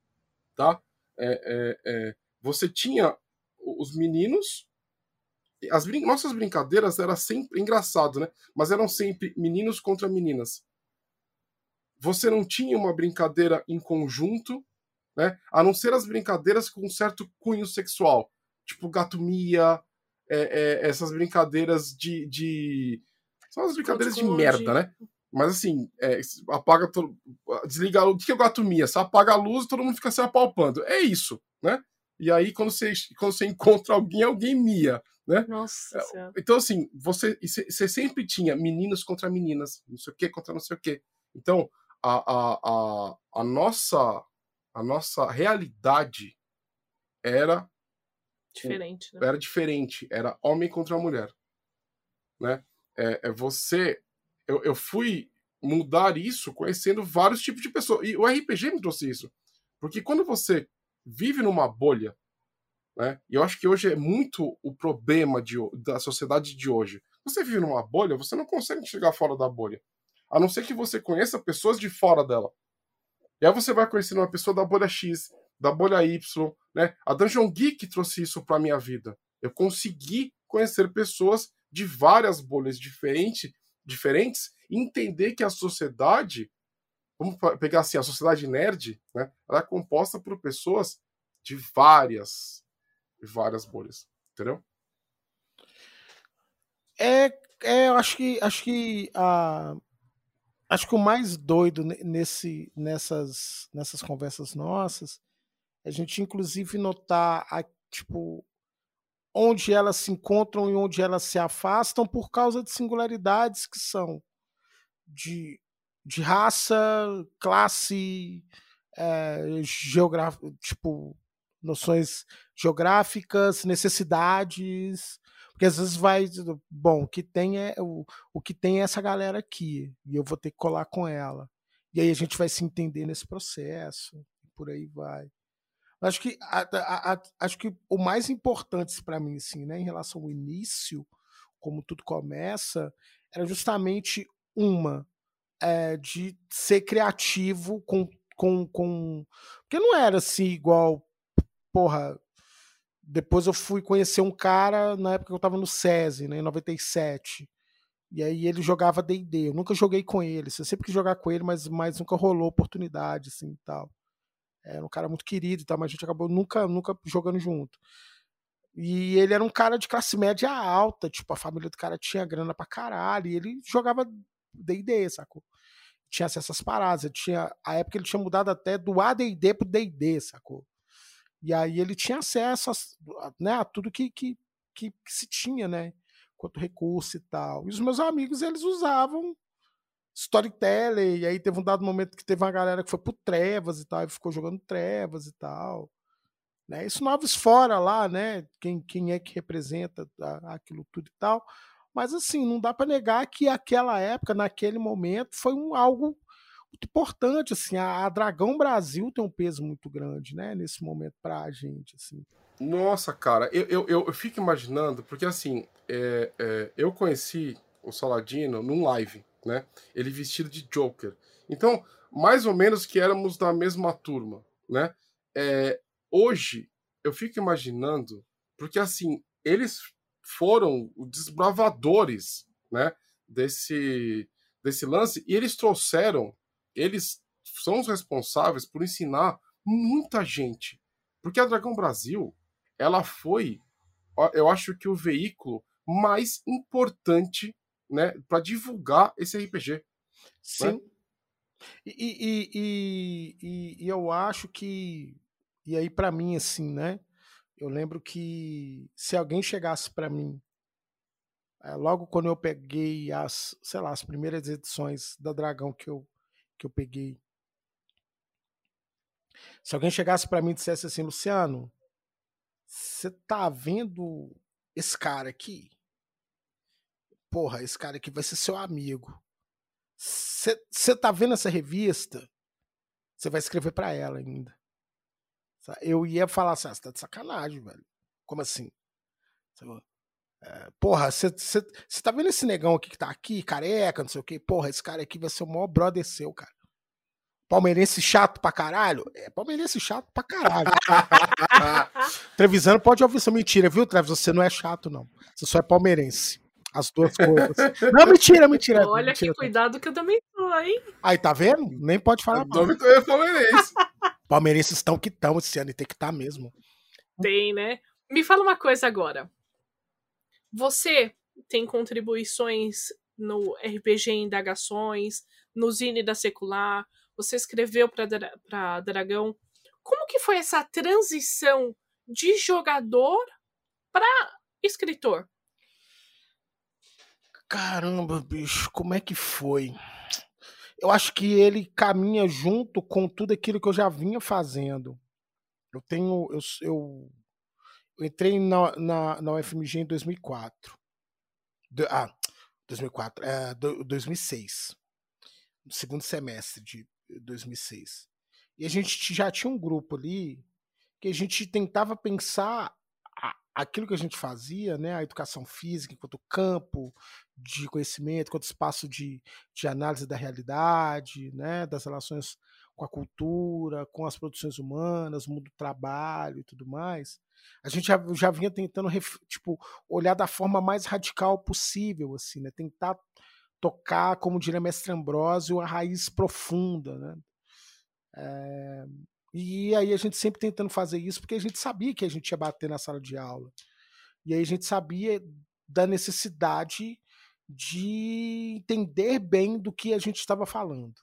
S2: tá? É, é, é, você tinha os meninos, as brin nossas brincadeiras eram sempre, engraçado, né? Mas eram sempre meninos contra meninas. Você não tinha uma brincadeira em conjunto, né? A não ser as brincadeiras com um certo cunho sexual, tipo gatomia, é, é, essas brincadeiras de, de... são as brincadeiras de merda, né? Mas assim, é, apaga todo... desliga a luz. O que é gatomia? Você apaga a luz e todo mundo fica se apalpando. É isso, né? E aí, quando você, quando você encontra alguém, alguém mia, né?
S1: Nossa Senhora.
S2: Então, assim, você, você sempre tinha meninos contra meninas, não sei o que contra não sei o que. Então, a, a, a, a nossa... a nossa realidade era
S1: diferente, né?
S2: Era diferente, era homem contra mulher, né? É, é você, eu, eu fui mudar isso conhecendo vários tipos de pessoas, e o R P G me trouxe isso, porque quando você vive numa bolha, né? E eu acho que hoje é muito o problema de, da sociedade de hoje. Você vive numa bolha, você não consegue chegar fora da bolha, a não ser que você conheça pessoas de fora dela. E aí você vai conhecendo uma pessoa da bolha X, da bolha Y, né? A Dungeon Geek trouxe isso para minha vida. Eu consegui conhecer pessoas de várias bolhas diferentes, diferentes e entender que a sociedade, vamos pegar assim, a sociedade nerd, né? Ela é composta por pessoas de várias, de várias bolhas, entendeu?
S3: É, é eu acho que acho que a acho que o mais doido nesse nessas nessas conversas nossas, a gente inclusive notar a, tipo, onde elas se encontram e onde elas se afastam por causa de singularidades que são de, de raça, classe, é, geográfico, tipo, noções geográficas, necessidades, porque às vezes vai, bom, o que tem é o, o que tem é essa galera aqui, e eu vou ter que colar com ela. E aí a gente vai se entender nesse processo, e por aí vai. Acho que, a, a, a, acho que o mais importante para mim, assim, né, em relação ao início, como tudo começa, era justamente uma, é, de ser criativo com, com, com. Porque não era assim igual. Porra, depois eu fui conhecer um cara na época que eu tava no SESI, né, em noventa e sete. E aí ele jogava D e D. Eu nunca joguei com ele. Eu sempre quis jogar com ele, mas, mas nunca rolou oportunidade, assim, e tal. Era um cara muito querido e tal, mas a gente acabou nunca, nunca jogando junto. E ele era um cara de classe média alta, tipo, a família do cara tinha grana pra caralho, e ele jogava D e D, sacou? Tinha acesso às paradas, tinha, a época ele tinha mudado até do A D e D pro D e D, sacou? E aí ele tinha acesso a, né, a tudo que, que, que, que se tinha, né? Quanto recurso e tal. E os meus amigos, eles usavam storytelling, e aí teve um dado momento que teve uma galera que foi pro Trevas e tal, e ficou jogando Trevas e tal. Né? Isso Noves fora lá, né? Quem, quem é que representa aquilo tudo e tal. Mas assim, não dá para negar que aquela época, naquele momento, foi um algo muito importante. Assim, a, a Dragão Brasil tem um peso muito grande, né? Nesse momento para a gente, assim.
S2: Nossa, cara, eu, eu, eu, eu fico imaginando, porque assim, é, é, eu conheci o Saladino num live, né? Ele vestido de Joker. Então, mais ou menos que éramos da mesma turma, né? É, hoje, eu fico imaginando, porque assim, eles foram os desbravadores, né? Desse, desse lance, e eles trouxeram, eles são os responsáveis por ensinar muita gente. Porque a Dragão Brasil, ela foi, eu acho que o veículo mais importante, né, para divulgar esse R P G.
S3: Sim.
S2: Né?
S3: E, e, e, e, e eu acho que, e aí para mim assim, né? Eu lembro que se alguém chegasse para mim, logo quando eu peguei as, sei lá, as primeiras edições da Dragão que eu que eu peguei, se alguém chegasse para mim e dissesse assim, Luciano, você tá vendo esse cara aqui? Porra, esse cara aqui vai ser seu amigo. Você tá vendo essa revista? Você vai escrever para ela ainda. Eu ia falar assim, ah, você tá de sacanagem, velho. Como assim? É, porra, você tá vendo esse negão aqui que tá aqui, careca, não sei o quê? Porra, esse cara aqui vai ser o maior brother seu, cara. Palmeirense chato pra caralho? É, palmeirense chato pra caralho. Trevisano pode ouvir essa mentira, viu, Travis? Você não é chato, não. Você só é palmeirense. As duas coisas. Não, mentira, mentira.
S1: Olha
S3: mentira,
S1: que cuidado que eu também tô, hein?
S3: Aí, tá vendo? Nem pode falar.
S2: O nome é palmeirense.
S3: Palmeirenses estão que estão esse ano e tem que estar tá mesmo.
S1: Tem, né? Me fala uma coisa agora. Você tem contribuições no R P G Indagações, no Zine da Secular, você escreveu para Dragão. Como que foi essa transição de jogador para escritor?
S3: Caramba, bicho, como é que foi? Eu acho que ele caminha junto com tudo aquilo que eu já vinha fazendo. Eu tenho. Eu, eu, eu entrei na, na, na U F M G em dois mil e quatro. De, ah, dois mil e quatro. É, dois mil e seis. No segundo semestre de dois mil e seis. E a gente já tinha um grupo ali que a gente tentava pensar aquilo que a gente fazia, né, a educação física enquanto campo de conhecimento, enquanto espaço de, de análise da realidade, né, das relações com a cultura, com as produções humanas, o mundo do trabalho e tudo mais, a gente já, já vinha tentando tipo, olhar da forma mais radical possível, assim, né? Tentar tocar, como diria Mestre Ambrósio, a raiz profunda, né? É, e aí a gente sempre tentando fazer isso, porque a gente sabia que a gente ia bater na sala de aula. E aí a gente sabia da necessidade de entender bem do que a gente estava falando.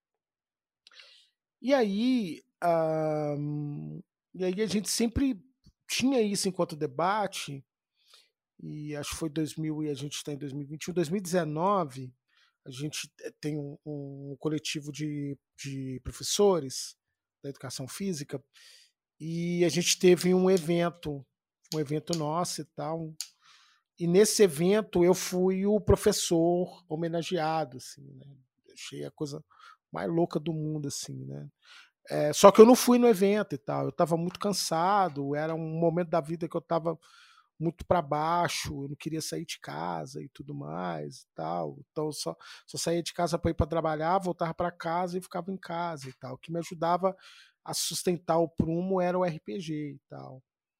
S3: E aí, um, e aí a gente sempre tinha isso enquanto debate, e acho que foi dois mil e a gente está em dois mil e vinte e um, dois mil e dezenove, a gente tem um, um coletivo de, de professores da educação física, e a gente teve um evento, um evento nosso e tal, e nesse evento eu fui o professor homenageado, assim, né? Achei a coisa mais louca do mundo, assim, né? É, só que eu não fui no evento e tal, eu estava muito cansado, era um momento da vida que eu estava muito para baixo, eu não queria sair de casa e tudo mais e tal, então eu só, só saía de casa para ir para trabalhar, voltava para casa e ficava em casa e tal. O que me ajudava a sustentar o prumo era o R P G e tal.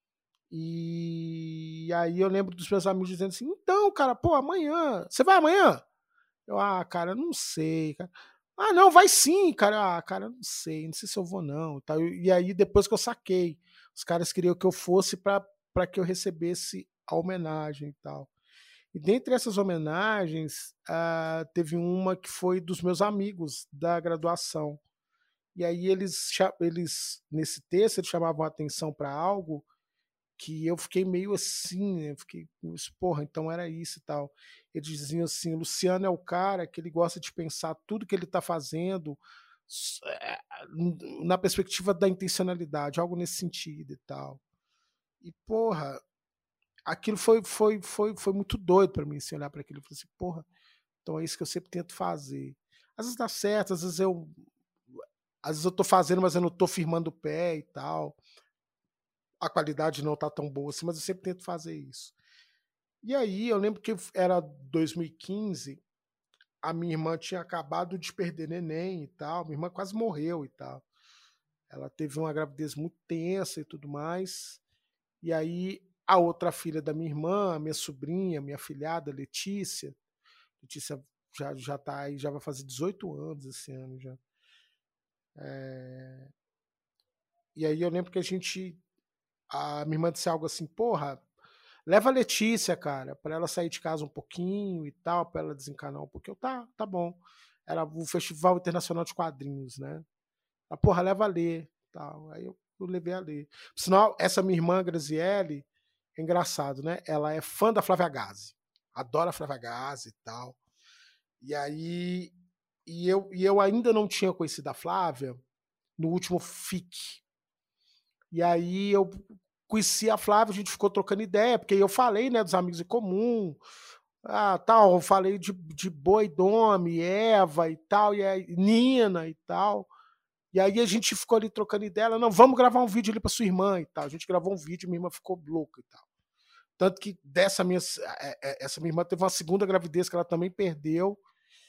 S3: E aí eu lembro dos meus amigos dizendo assim, então, cara, pô, amanhã, você vai amanhã? Eu, ah, cara, não sei, cara. Ah, não, vai sim, cara. Ah, cara, não sei, não sei se eu vou não. Tá? E aí, depois que eu saquei, os caras queriam que eu fosse para que eu recebesse a homenagem e tal. E dentre essas homenagens, uh, teve uma que foi dos meus amigos da graduação. E aí eles, eles nesse texto, eles chamavam a atenção para algo que eu fiquei meio assim, né? Fiquei, porra, então era isso e tal. Eles diziam assim, o Luciano é o cara que ele gosta de pensar tudo que ele está fazendo na perspectiva da intencionalidade, algo nesse sentido e tal. E, porra, aquilo foi, foi, foi, foi muito doido para mim, assim, olhar para aquilo. Eu falei assim, porra, então é isso que eu sempre tento fazer. Às vezes dá certo, às vezes eu às vezes eu tô fazendo, mas eu não tô firmando o pé e tal. A qualidade não tá tão boa assim, mas eu sempre tento fazer isso. E aí eu lembro que era dois mil e quinze, a minha irmã tinha acabado de perder neném e tal, minha irmã quase morreu e tal. Ela teve uma gravidez muito tensa e tudo mais. E aí a outra filha da minha irmã, minha sobrinha, minha filhada, Letícia, Letícia já, já tá aí, já vai fazer dezoito anos esse ano já. É... E aí eu lembro que a gente, a minha irmã disse algo assim, porra, leva a Letícia, cara, para ela sair de casa um pouquinho e tal, para ela desencanar um pouquinho. Tá, tá bom. Era o Festival Internacional de Quadrinhos, né? A porra, leva a ler. Tal. Aí eu, eu levei a ler. Sinal, essa minha irmã, Graziele, é engraçado, né? Ela é fã da Flávia Gazi. Adora a Flávia Gazi e tal. E aí. E eu, e eu ainda não tinha conhecido a Flávia no último F I C. E aí eu conheci a Flávia, a gente ficou trocando ideia, porque eu falei, né, dos amigos em comum, ah, tal, eu falei de, de Boi Dome, Eva e tal, e aí, Nina e tal. E aí a gente ficou ali trocando ideia, ela, não, vamos gravar um vídeo ali pra sua irmã e tal. A gente gravou um vídeo, minha irmã ficou louca e tal. Tanto que dessa minha, essa minha irmã teve uma segunda gravidez que ela também perdeu.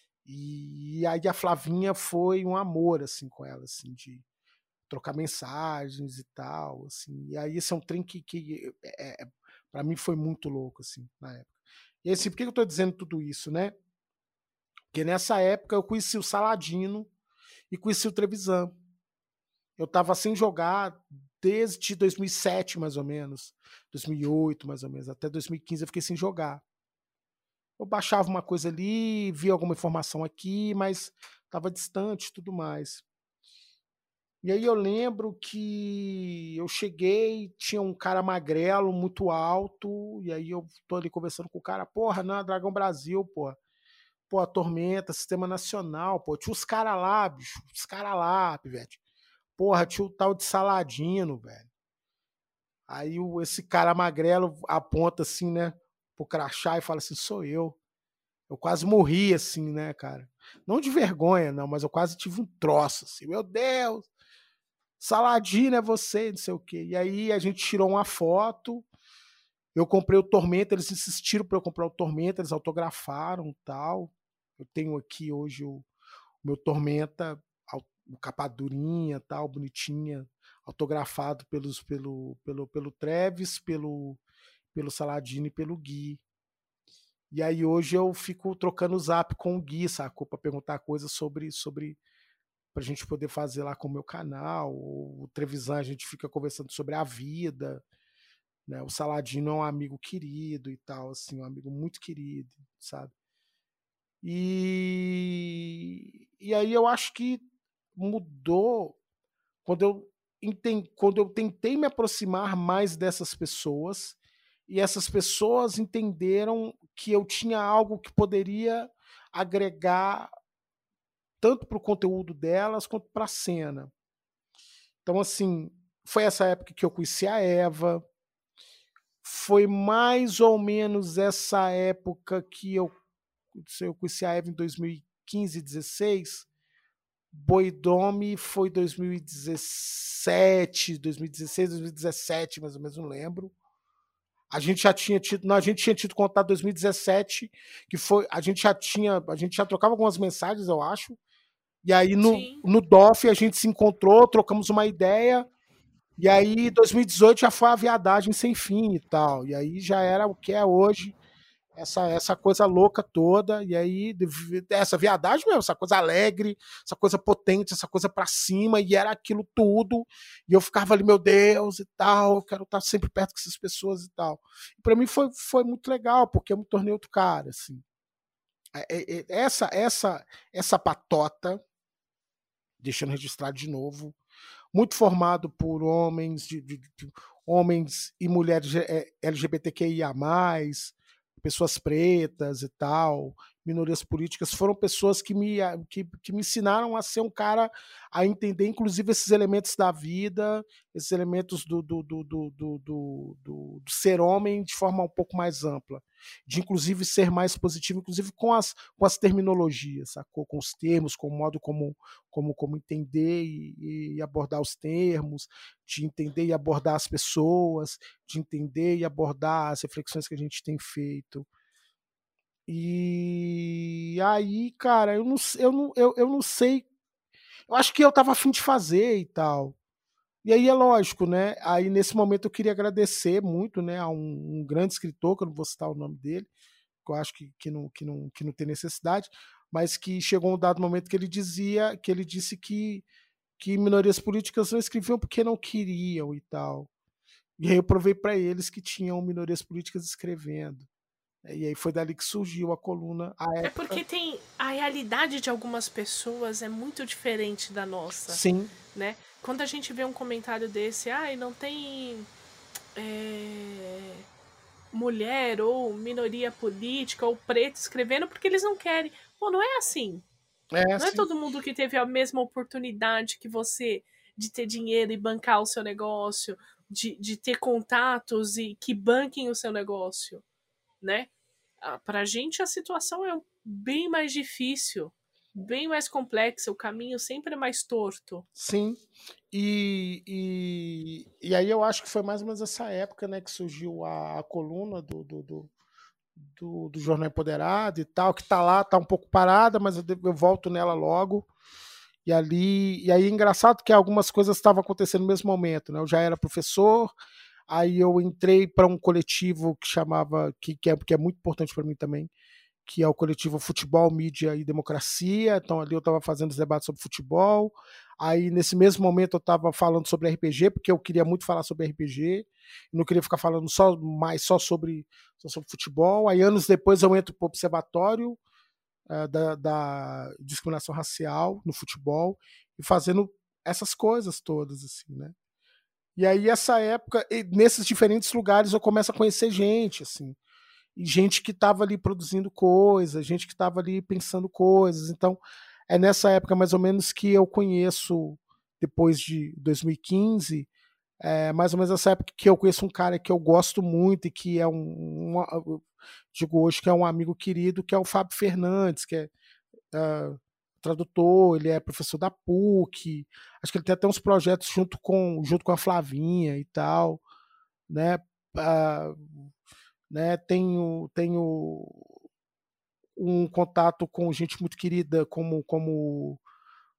S3: E aí a Flavinha foi um amor, assim, com ela, assim, de trocar mensagens e tal, assim. E aí esse é um trem que, que é, é, para mim foi muito louco, assim, na época. E assim, por que eu tô dizendo tudo isso, né? Porque nessa época eu conheci o Saladino e conheci o Trevisan. Eu tava sem jogar desde dois mil e sete, mais ou menos, dois mil e oito, mais ou menos, até dois mil e quinze eu fiquei sem jogar. Eu baixava uma coisa ali, via alguma informação aqui, mas tava distante e tudo mais. E aí eu lembro que eu cheguei, tinha um cara magrelo, muito alto, e aí eu tô ali conversando com o cara, porra, não, Dragão Brasil, porra. Pô, a Tormenta, Sistema Nacional, pô, tinha os caras lá, bicho, os caras lá, pivete. Porra, tinha o tal de Saladino, velho. Aí o, esse cara magrelo aponta assim, né, pro crachá e fala assim, sou eu. Eu quase morri assim, né, cara. Não de vergonha, não, mas eu quase tive um troço, assim, meu Deus. Saladino é você, não sei o quê. E aí a gente tirou uma foto, eu comprei o Tormenta, eles insistiram para eu comprar o Tormenta, eles autografaram e tal. Eu tenho aqui hoje o meu Tormenta capa durinha, tal, bonitinha, autografado pelos, pelo, pelo, pelo Treves, pelo, pelo Saladino e pelo Gui. E aí hoje eu fico trocando zap com o Gui, sacou? Pra perguntar coisas sobre, sobre pra gente poder fazer lá com o meu canal. O Trevisan, a gente fica conversando sobre a vida, né? O Saladino é um amigo querido e tal, assim, um amigo muito querido, sabe? E, e aí eu acho que mudou quando eu, entendi, quando eu tentei me aproximar mais dessas pessoas e essas pessoas entenderam que eu tinha algo que poderia agregar tanto para o conteúdo delas quanto para a cena. Então, assim, foi essa época que eu conheci a Eva, foi mais ou menos essa época que eu, eu conheci a Eva em dois mil e quinze, dezesseis, Boidome foi dois mil e dezessete, dois mil e dezesseis, dois mil e dezessete, mais ou menos, não lembro. A gente já tinha tido, não, a gente tinha tido contato em dois mil e dezessete, que foi, a gente já tinha, a gente já trocava algumas mensagens, eu acho. E aí no, no D O F a gente se encontrou, trocamos uma ideia. E aí dois mil e dezoito já foi a viadagem sem fim e tal. E aí já era o que é hoje. Essa, essa coisa louca toda, e aí essa viadagem mesmo, essa coisa alegre, essa coisa potente, essa coisa pra cima, e era aquilo tudo, e eu ficava ali, meu Deus, e tal, eu quero estar sempre perto com essas pessoas e tal. E pra mim foi, foi muito legal, porque eu me tornei outro cara, assim. Essa, essa, essa patota, deixando registrado de novo, muito formado por homens, de, de, de homens e mulheres L G B T Q I A mais, pessoas pretas e tal, minorias políticas, foram pessoas que me, que, que me ensinaram a ser um cara, a entender inclusive esses elementos da vida, esses elementos do, do, do, do, do, do, do ser homem de forma um pouco mais ampla, de inclusive ser mais positivo, inclusive com as, com as terminologias, sacou? Com os termos, com o modo como, como, como entender e, e abordar os termos, de entender e abordar as pessoas, de entender e abordar as reflexões que a gente tem feito. E aí, cara, eu não, eu não, eu, eu não sei. Eu acho que eu tava a fim de fazer e tal. E aí é lógico, né? Aí nesse momento eu queria agradecer muito, né, a um, um grande escritor, que eu não vou citar o nome dele, que eu acho que, que, não, que, não, que não tem necessidade, mas que chegou um dado momento que ele dizia, que ele disse que, que minorias políticas não escreviam porque não queriam e tal. E aí eu provei para eles que tinham minorias políticas escrevendo. E aí foi dali que surgiu a coluna. A época...
S1: É porque tem a realidade de algumas pessoas é muito diferente da nossa.
S3: Sim.
S1: Né? Quando a gente vê um comentário desse, ah, não tem é, mulher ou minoria política ou preto escrevendo porque eles não querem. Pô, não é assim.
S3: É,
S1: não
S3: assim.
S1: é todo mundo que teve a mesma oportunidade que você de ter dinheiro e bancar o seu negócio, de, de ter contatos e que banquem o seu negócio, né? Pra gente a situação é bem mais difícil, bem mais complexa, o caminho sempre é mais torto.
S3: Sim, e, e, e aí eu acho que foi mais ou menos essa época, né, que surgiu a, a coluna do, do, do, do, do Jornal Empoderado e tal, que tá lá, tá um pouco parada, mas eu, eu volto nela logo. E ali, e aí é engraçado que algumas coisas estavam acontecendo no mesmo momento, né? Eu já era professor, aí eu entrei para um coletivo que chamava, que, que, é, que é muito importante para mim também, que é o coletivo Futebol, Mídia e Democracia. Então ali eu estava fazendo os debates sobre futebol. Aí nesse mesmo momento eu estava falando sobre R P G, porque eu queria muito falar sobre R P G, não queria ficar falando só mais só sobre, só sobre futebol. Aí anos depois eu entro para o Observatório uh, da, da discriminação racial no futebol e fazendo essas coisas todas, assim, né? E aí essa época, nesses diferentes lugares eu começo a conhecer gente, assim, e gente que estava ali produzindo coisas, gente que estava ali pensando coisas. Então, é nessa época mais ou menos que eu conheço, depois de dois mil e quinze, é mais ou menos essa época que eu conheço um cara que eu gosto muito e que é um, um digo hoje que é um amigo querido, que é o Fábio Fernandes, que é uh, tradutor, ele é professor da P U C, acho que ele tem até uns projetos junto com, junto com a Flavinha e tal, né? Uh, né? Tenho, tenho um contato com gente muito querida, como, como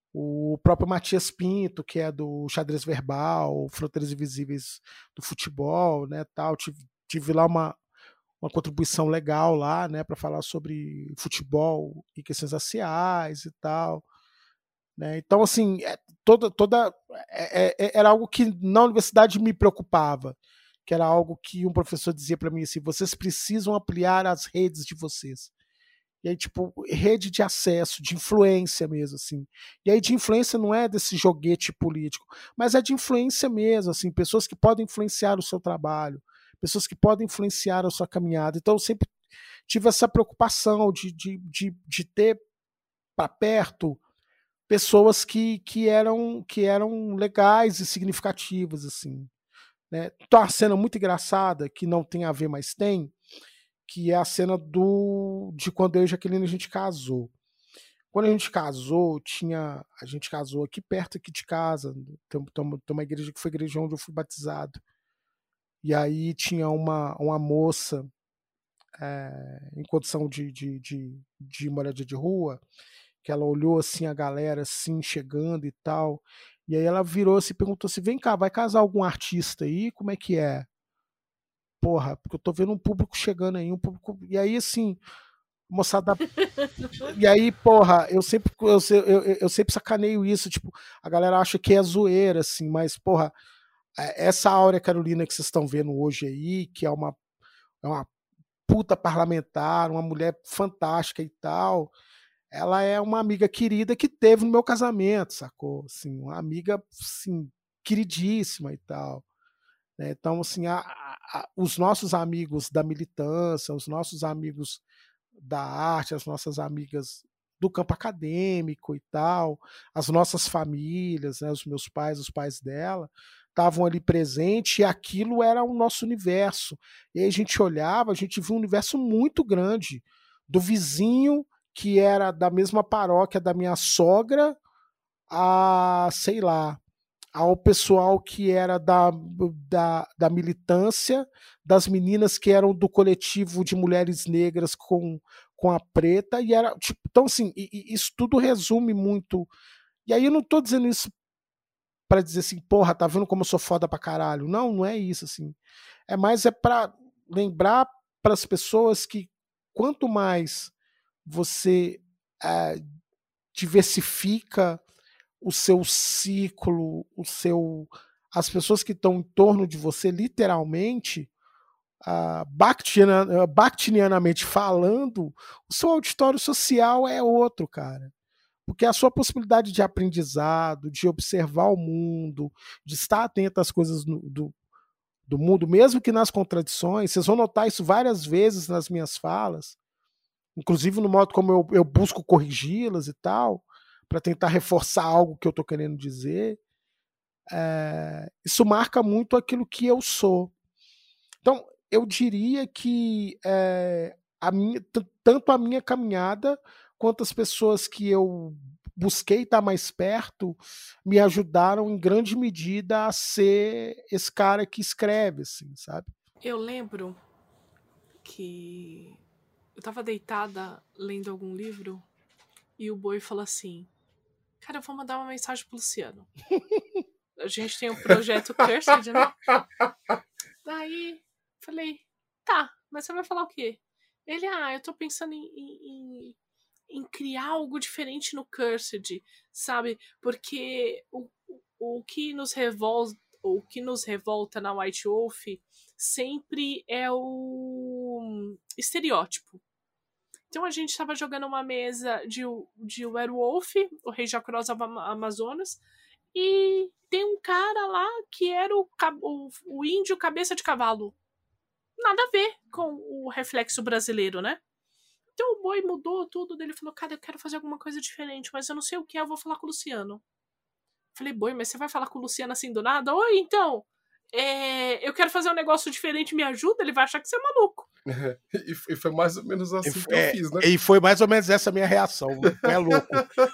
S3: o próprio Matias Pinto, que é do Xadrez Verbal, Fronteiras Invisíveis do Futebol, né, tal, tive, tive lá uma, uma contribuição legal lá, né, para falar sobre futebol e questões raciais e tal, né, então assim, é, toda, toda é, é, era algo que na universidade me preocupava, que era algo que um professor dizia para mim assim, vocês precisam ampliar as redes de vocês. E aí, tipo, rede de acesso, de influência mesmo, assim. E aí, de influência não é desse joguete político, mas é de influência mesmo, assim, pessoas que podem influenciar o seu trabalho, pessoas que podem influenciar a sua caminhada. Então, eu sempre tive essa preocupação de, de, de, de ter para perto pessoas que, que, eram, que eram legais e significativas, assim. Né? Então, uma cena muito engraçada, que não tem a ver, mas tem, que é a cena do de quando eu e Jaqueline a gente casou. Quando a gente casou, tinha a gente casou aqui perto aqui de casa, tem, tem, tem uma igreja que foi a igreja onde eu fui batizado. E aí tinha uma, uma moça é, em condição de, de, de, de moradia de rua, que ela olhou assim a galera assim chegando e tal, e aí ela virou se perguntou assim, vem cá, vai casar algum artista aí? Como é que é? Porra, porque eu tô vendo um público chegando aí, um público. E aí, assim, moçada. E aí, porra, eu sempre, eu, eu, eu sempre sacaneio isso, tipo, a galera acha que é zoeira, assim, mas, porra, essa Áurea Carolina que vocês estão vendo hoje aí, que é uma, é uma puta parlamentar, uma mulher fantástica e tal, ela é uma amiga querida que teve no meu casamento, sacou? Assim, uma amiga, assim, queridíssima e tal. Então, assim, a, a, os nossos amigos da militância, os nossos amigos da arte, as nossas amigas do campo acadêmico e tal, as nossas famílias, né, os meus pais, os pais dela, estavam ali presentes e aquilo era o nosso universo. E aí a gente olhava, a gente via um universo muito grande do vizinho que era da mesma paróquia da minha sogra a, sei lá, ao pessoal que era da, da, da militância, das meninas que eram do coletivo de mulheres negras com, com a preta, e era tipo, então assim, e, e isso tudo resume muito. E aí eu não tô dizendo isso para dizer assim, porra, tá vendo como eu sou foda pra caralho? Não, não é isso assim. É mais é para lembrar para as pessoas que quanto mais você é, diversifica o seu ciclo, o seu, as pessoas que estão em torno de você, literalmente, uh, bacteriana, bacterianamente falando, o seu auditório social é outro, cara. Porque a sua possibilidade de aprendizado, de observar o mundo, de estar atento às coisas no, do, do mundo, mesmo que nas contradições, vocês vão notar isso várias vezes nas minhas falas, inclusive no modo como eu, eu busco corrigi-las e tal, para tentar reforçar algo que eu estou querendo dizer, é, isso marca muito aquilo que eu sou. Então, eu diria que é, a minha, tanto a minha caminhada quanto as pessoas que eu busquei estar mais perto me ajudaram em grande medida a ser esse cara que escreve, assim, sabe?
S1: Eu lembro que eu estava deitada lendo algum livro e o Boi falou assim, cara, eu vou mandar uma mensagem pro Luciano. A gente tem um projeto Cursed, né? Daí, falei, tá, mas você vai falar o quê? Ele, ah, eu tô pensando em, em, em criar algo diferente no Cursed, sabe? Porque o, o, o que nos revolta, o que nos revolta na White Wolf sempre é o estereótipo. Então a gente estava jogando uma mesa de, de Werewolf, o Rei Jacross Amazonas, e tem um cara lá que era o, o, o índio cabeça de cavalo. Nada a ver com o reflexo brasileiro, né? Então o Boi mudou tudo, ele falou, cara, eu quero fazer alguma coisa diferente, mas eu não sei o que é, eu vou falar com o Luciano. Falei, Boi, mas você vai falar com o Luciano assim do nada? Oi, então, é, eu quero fazer um negócio diferente, me ajuda? Ele vai achar que você é maluco.
S2: É, e foi mais ou menos assim
S3: e,
S2: que eu
S3: é,
S2: fiz, né?
S3: E foi mais ou menos essa minha reação. É louco.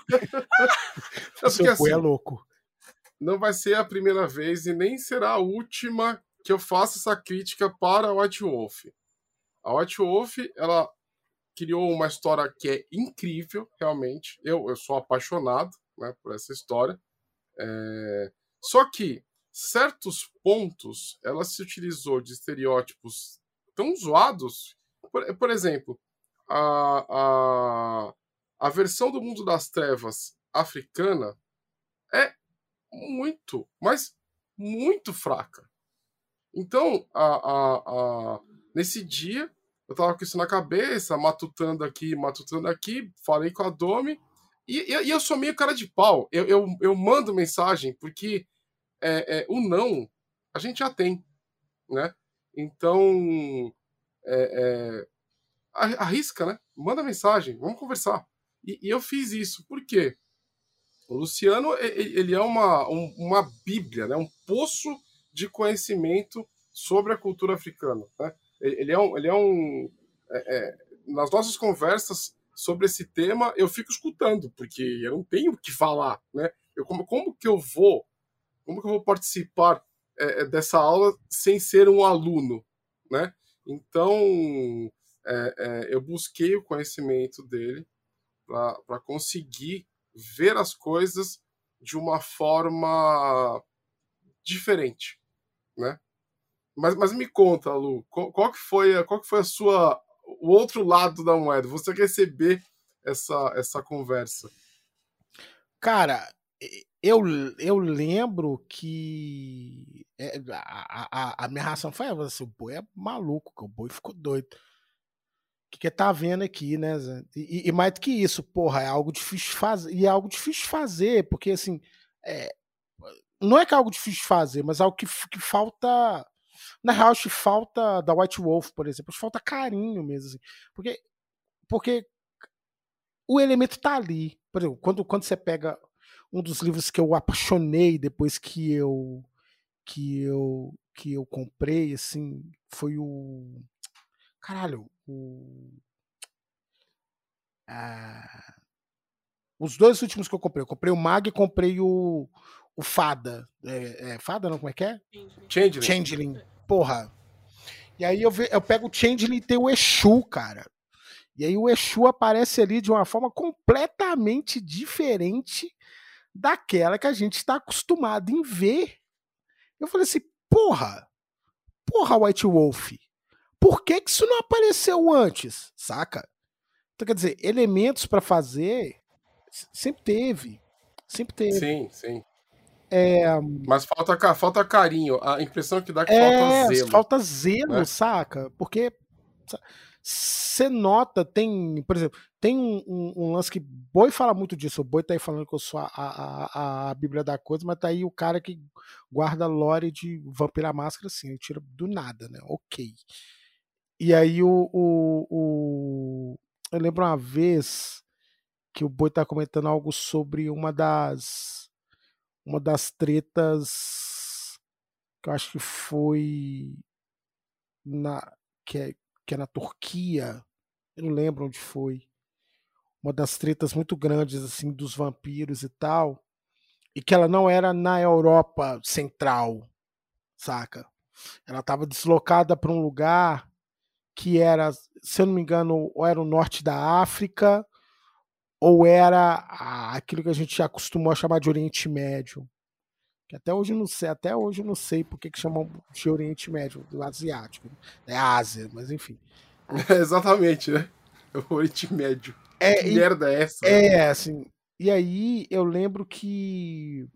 S2: É porque, assim,
S3: é louco.
S2: Não vai ser a primeira vez e nem será a última que eu faço essa crítica para a White Wolf. A White Wolf, ela criou uma história que é incrível, realmente. Eu, eu sou apaixonado né, por essa história. É... Só que certos pontos ela se utilizou de estereótipos tão zoados. Por, por exemplo, a, a, a versão do Mundo das Trevas africana é muito, mas muito fraca. Então, a, a, a, nesse dia, eu tava com isso na cabeça, matutando aqui, matutando aqui, falei com a Domi, e, e, e eu sou meio cara de pau. Eu, eu, eu mando mensagem, porque é, é, o não a gente já tem, né? Então, é, é, arrisca, né? Manda mensagem, vamos conversar. E, e eu fiz isso, por quê? O Luciano, ele é uma, uma bíblia, né? Um poço de conhecimento sobre a cultura africana, né? Ele é um... Ele é um é, é, nas nossas conversas sobre esse tema, eu fico escutando, porque eu não tenho o que falar, né? Eu, como, como que eu vou como que eu vou participar é, dessa aula sem ser um aluno, né? Então, é, é, eu busquei o conhecimento dele para conseguir ver as coisas de uma forma diferente, né? Mas, mas me conta, Lu, qual, qual, que foi, qual que foi a sua, o outro lado da moeda? Você receber essa, essa conversa?
S3: Cara, eu, eu lembro que a, a, a minha reação foi assim, o boi é maluco, o boi ficou doido. O que, que tá vendo aqui, né, Zé? E, e mais do que isso, porra, é algo difícil de fazer. E é algo difícil de fazer, porque assim, é, não é que é algo difícil de fazer, mas é algo que, que falta. Na real, acho que falta da White Wolf, por exemplo, acho que falta carinho mesmo, assim. Porque, porque o elemento tá ali. Por exemplo, quando, quando você pega um dos livros que eu apaixonei depois que eu que eu que eu comprei, assim, foi o caralho, o ah, os dois últimos que eu comprei. Eu comprei o Mag e comprei o, o Fada. É, é, Fada não, como é que é?
S2: Changeling.
S3: Changeling. Porra. E aí eu, ve, eu pego o Changeling e tem o Exu, cara. E aí o Exu aparece ali de uma forma completamente diferente daquela que a gente está acostumado em ver. Eu falei assim, porra, porra, White Wolf, por que que isso não apareceu antes, saca? Então, quer dizer, elementos para fazer sempre teve, sempre teve.
S2: Sim, sim.
S3: É,
S2: mas falta, falta carinho, a impressão que dá é que
S3: é,
S2: falta zelo.
S3: Falta zelo, né? Saca? Porque você nota, tem, por exemplo, tem um, um, um lance que Boi fala muito disso. O Boi tá aí falando que eu sou a, a, a, a Bíblia da coisa, mas tá aí o cara que guarda lore de Vampira Máscara, assim, ele tira do nada, né? Ok. E aí o, o, o... eu lembro uma vez que o Boi tá comentando algo sobre uma das uma das tretas que eu acho que foi na que é, que é na Turquia, eu não lembro onde foi, uma das tretas muito grandes assim dos vampiros e tal, e que ela não era na Europa Central, saca? Ela estava deslocada para um lugar que era, se eu não me engano, ou era o norte da África, ou era aquilo que a gente já acostumou a chamar de Oriente Médio. Que até hoje eu não sei, até hoje eu não sei por que, que chamam de Oriente Médio, do asiático. É Ásia, mas enfim.
S2: É, exatamente, né? O Oriente Médio.
S3: É,
S2: que
S3: e,
S2: merda é essa?
S3: É, assim. E aí eu lembro que.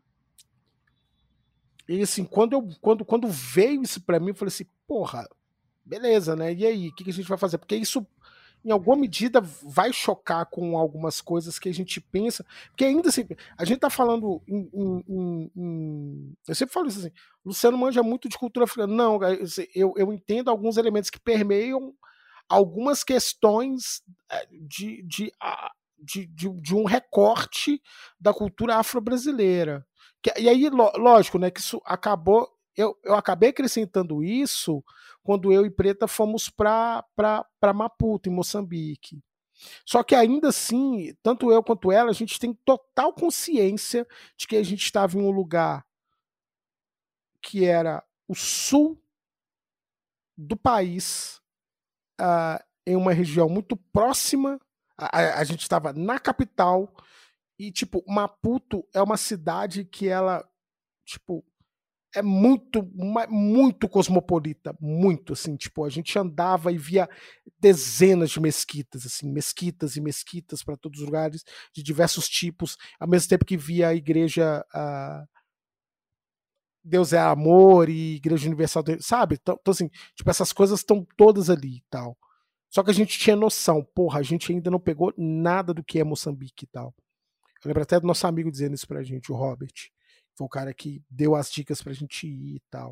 S3: E assim, quando, eu, quando, quando veio isso pra mim, eu falei assim, porra, beleza, né? E aí, o que, que a gente vai fazer? Porque isso, em alguma medida, vai chocar com algumas coisas que a gente pensa. Porque ainda assim, a gente tá falando em. em, em, em eu sempre falo isso assim, Luciano manja muito de cultura africana. Não, eu, eu entendo alguns elementos que permeiam algumas questões de, de, de, de, de um recorte da cultura afro-brasileira. E aí, lógico, né, que isso acabou. Eu, eu acabei acrescentando isso quando eu e Preta fomos para Maputo, em Moçambique. Só que ainda assim, tanto eu quanto ela, a gente tem total consciência de que a gente estava em um lugar que era o sul do país, uh, em uma região muito próxima. A, a, a gente estava na capital E, tipo, Maputo é uma cidade que ela, tipo, é muito, muito cosmopolita, muito, assim, tipo, a gente andava e via dezenas de mesquitas, assim, mesquitas e mesquitas para todos os lugares, de diversos tipos, ao mesmo tempo que via a igreja, a Deus é Amor e Igreja Universal, sabe? Então, assim, tipo, essas coisas estão todas ali e tal. Só que a gente tinha noção, porra, a gente ainda não pegou nada do que é Moçambique e tal. Eu lembro até do nosso amigo dizendo isso pra gente, o Robert. Foi o cara que deu as dicas pra gente ir e tal.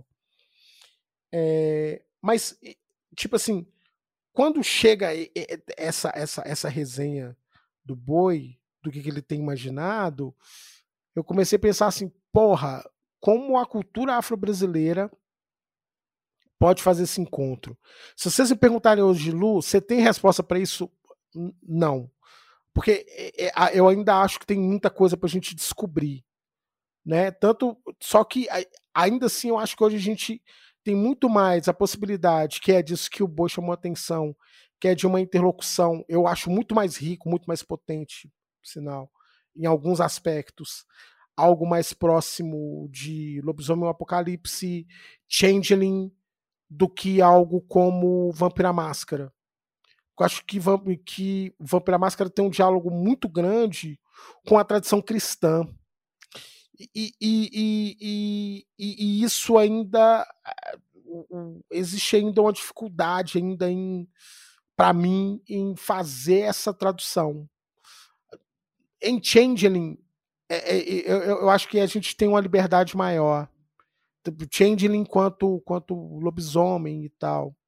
S3: É, mas, tipo assim, quando chega essa, essa, essa resenha do Boi, do que, que ele tem imaginado, eu comecei a pensar assim, porra, como a cultura afro-brasileira pode fazer esse encontro? Se vocês me perguntarem hoje, Lu, você tem resposta para isso? Não. Porque eu ainda acho que tem muita coisa para a gente descobrir. Né? Tanto, só que ainda assim eu acho que hoje a gente tem muito mais a possibilidade, que é disso que o Boi chamou a atenção, que é de uma interlocução, eu acho muito mais rico, muito mais potente, por sinal, em alguns aspectos, algo mais próximo de Lobisomem Apocalipse, Changeling, do que algo como Vampira Máscara. Eu acho que, que Vampira Máscara tem um diálogo muito grande com a tradição cristã. E, e, e, e, e isso ainda existe ainda uma dificuldade ainda em para mim em fazer essa tradução. Em Changeling, é, é, eu, eu acho que a gente tem uma liberdade maior. Changeling quanto, quanto lobisomem e tal.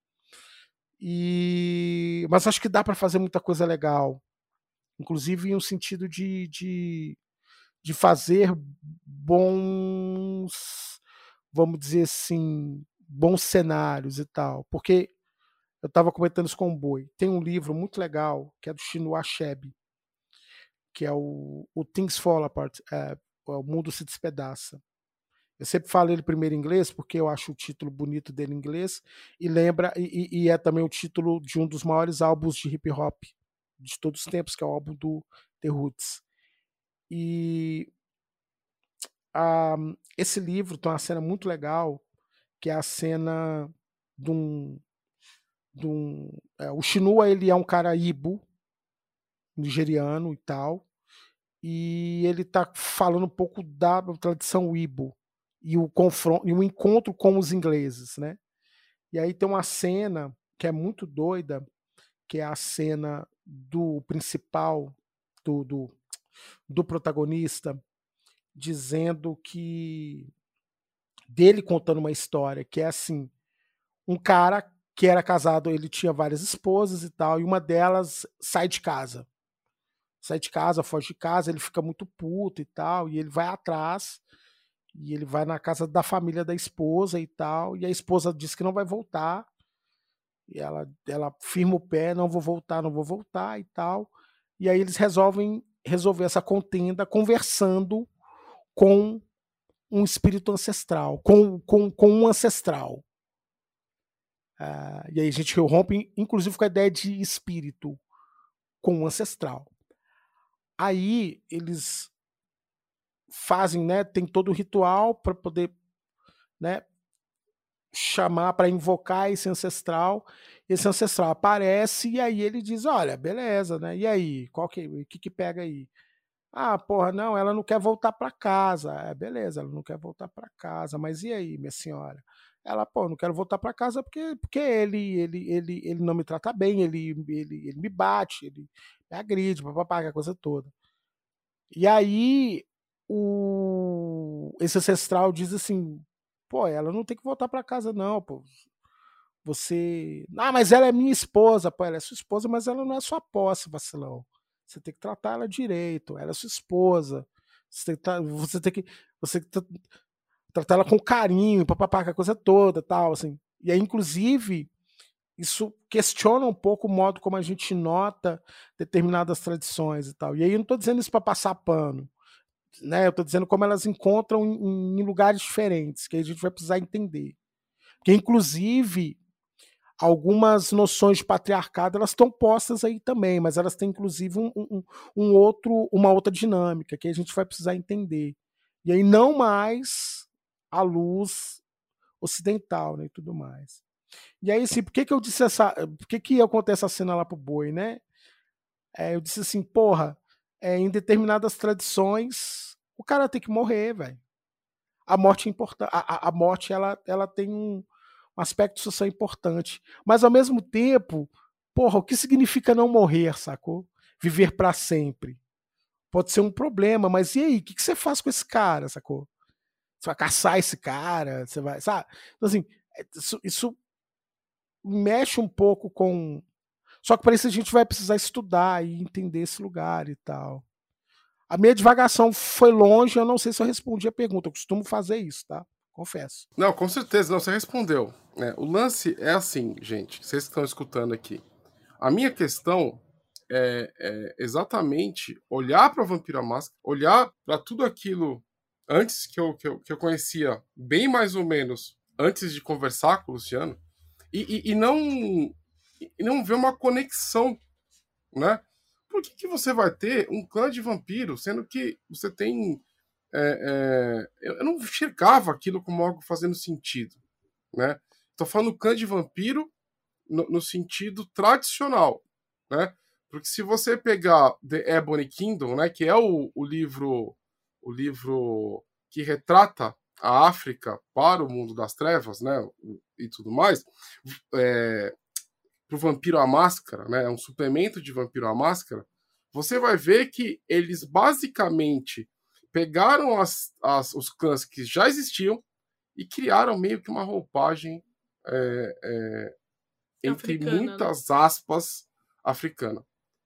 S3: E, mas acho que dá para fazer muita coisa legal. Inclusive no sentido de, de de fazer bons, vamos dizer assim, bons cenários e tal. Porque eu estava comentando isso com o Boi. Tem um livro muito legal que é do Chinua Achebe, que é o, o Things Fall Apart, é, o Mundo se Despedaça. Eu sempre falo ele primeiro em inglês porque eu acho o título bonito dele em inglês e lembra e, e é também o título de um dos maiores álbuns de hip hop de todos os tempos, que é o álbum do The Roots. E um, esse livro tem uma cena muito legal, que é a cena de um, de um é, o Chinua, ele é um cara Ibo, nigeriano e tal, e ele tá falando um pouco da tradição Ibo e o confronto e o encontro com os ingleses, né? E aí tem uma cena que é muito doida, que é a cena do principal, do, do, do protagonista, dizendo que dele contando uma história que é assim, um cara que era casado, ele tinha várias esposas e tal, e uma delas sai de casa. Sai de casa, foge de casa, ele fica muito puto e tal, e ele vai atrás, e ele vai na casa da família da esposa e tal, e a esposa diz que não vai voltar, e ela, ela firma o pé, não vou voltar, não vou voltar e tal, e aí eles resolvem resolver essa contenda conversando com um espírito ancestral, com, com, com um ancestral. Uh, e aí a gente rompe, inclusive, com a ideia de espírito, com um ancestral. Aí eles fazem, né, tem todo o ritual para poder, né, chamar, para invocar esse ancestral. Esse ancestral aparece e aí ele diz, olha, beleza, né? E aí, qual que, o que que pega aí? Ah, porra, não, ela não quer voltar para casa. É, beleza, ela não quer voltar para casa, mas e aí, minha senhora? Ela, pô, não quero voltar para casa porque, porque ele, ele, ele, ele não me trata bem, ele, ele, ele me bate, ele me agride, papapá, a coisa toda. E aí, o, esse ancestral diz assim, pô, ela não tem que voltar para casa não, pô. Você... Ah, mas ela é minha esposa. Pô, ela é sua esposa, mas ela não é sua posse, vacilão. Você tem que tratar ela direito. Ela é sua esposa. Você tem que, você tem que, você tem que tratar ela com carinho, papapá, a coisa toda, tal, assim. E aí, inclusive, isso questiona um pouco o modo como a gente nota determinadas tradições e tal. E aí eu não estou dizendo isso para passar pano, né? Eu estou dizendo como elas encontram em, em lugares diferentes, que a gente vai precisar entender. Porque, inclusive, algumas noções de patriarcado elas estão postas aí também, mas elas têm inclusive um, um, um outro, uma outra dinâmica que a gente vai precisar entender. E aí não mais a luz ocidental, né, e tudo mais. E aí, assim, por que que eu disse essa... Por que que eu contei essa cena lá pro Boi, né? É, eu disse assim, porra, é, em determinadas tradições, o cara tem que morrer, velho. A morte é importante. A, a morte, ela, ela tem um, um aspecto social importante. Mas, ao mesmo tempo, porra, o que significa não morrer, sacou? Viver para sempre. Pode ser um problema, mas e aí? O que, que você faz com esse cara, sacou? Você vai caçar esse cara? Você vai, sabe? Então, assim, isso, isso mexe um pouco com... Só que para isso a gente vai precisar estudar e entender esse lugar e tal. A minha divagação foi longe, eu não sei se eu respondi a pergunta. Eu costumo fazer isso, tá? Confesso.
S2: Não, com certeza, não, você respondeu. É, o lance é assim, gente, vocês que estão escutando aqui. A minha questão é, é exatamente olhar para o Vampiro à Máscara, olhar para tudo aquilo antes que eu, que, eu, que eu conhecia, bem mais ou menos, antes de conversar com o Luciano, e, e, e não, e não ver uma conexão, né? Por que, que você vai ter um clã de vampiros, sendo que você tem... É, é, eu não enxergava aquilo como algo fazendo sentido, né? Tô falando clã de vampiro no, no sentido tradicional, né? Porque se você pegar The Ebony Kingdom, né, que é o, o livro o livro que retrata a África para o mundo das trevas, né, e tudo mais, é, pro Vampiro à Máscara, né, é um suplemento de Vampiro à Máscara, você vai ver que eles basicamente pegaram as, as, os clãs que já existiam e criaram meio que uma roupagem é, é, entre
S1: Africana,
S2: muitas
S1: né?
S2: aspas africana.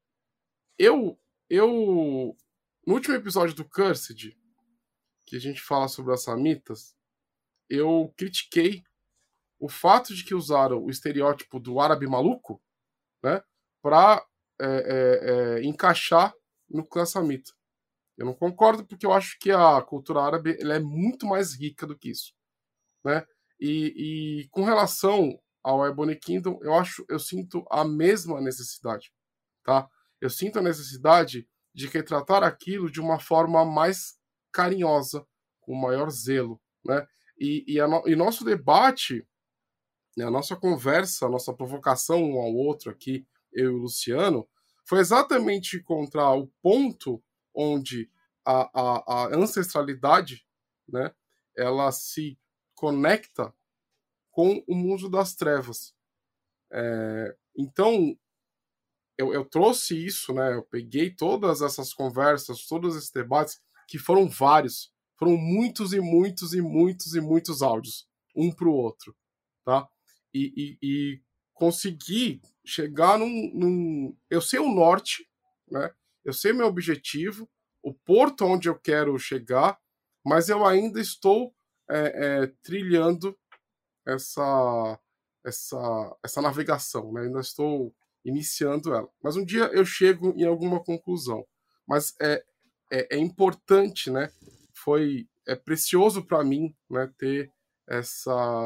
S2: Eu, eu no último episódio do Cursed, que a gente fala sobre as samitas, eu critiquei o fato de que usaram o estereótipo do árabe maluco, né, para é, é, é, encaixar no clã samita. Eu não concordo porque eu acho que a cultura árabe ela é muito mais rica do que isso, né? E, e com relação ao Ebony Kingdom, eu acho, eu sinto a mesma necessidade, tá? Eu sinto a necessidade de retratar aquilo de uma forma mais carinhosa, com maior zelo, né? E, e, a no, e nosso debate, a nossa conversa, a nossa provocação um ao outro aqui, eu e o Luciano, foi exatamente encontrar o ponto onde a, a, a ancestralidade, né, ela se conecta com o mundo das trevas. É, então, eu, eu trouxe isso, né, eu peguei todas essas conversas, todos esses debates, que foram vários, foram muitos e muitos e muitos e muitos áudios, um para o outro, tá? E, e, e consegui chegar num, num... Eu sei o norte, né? Eu sei meu objetivo, o porto onde eu quero chegar, mas eu ainda estou é, é, trilhando essa, essa, essa navegação, né? Ainda estou iniciando ela. Mas um dia eu chego em alguma conclusão. Mas é, é, é importante, né? Foi é precioso para mim, né? Ter essa,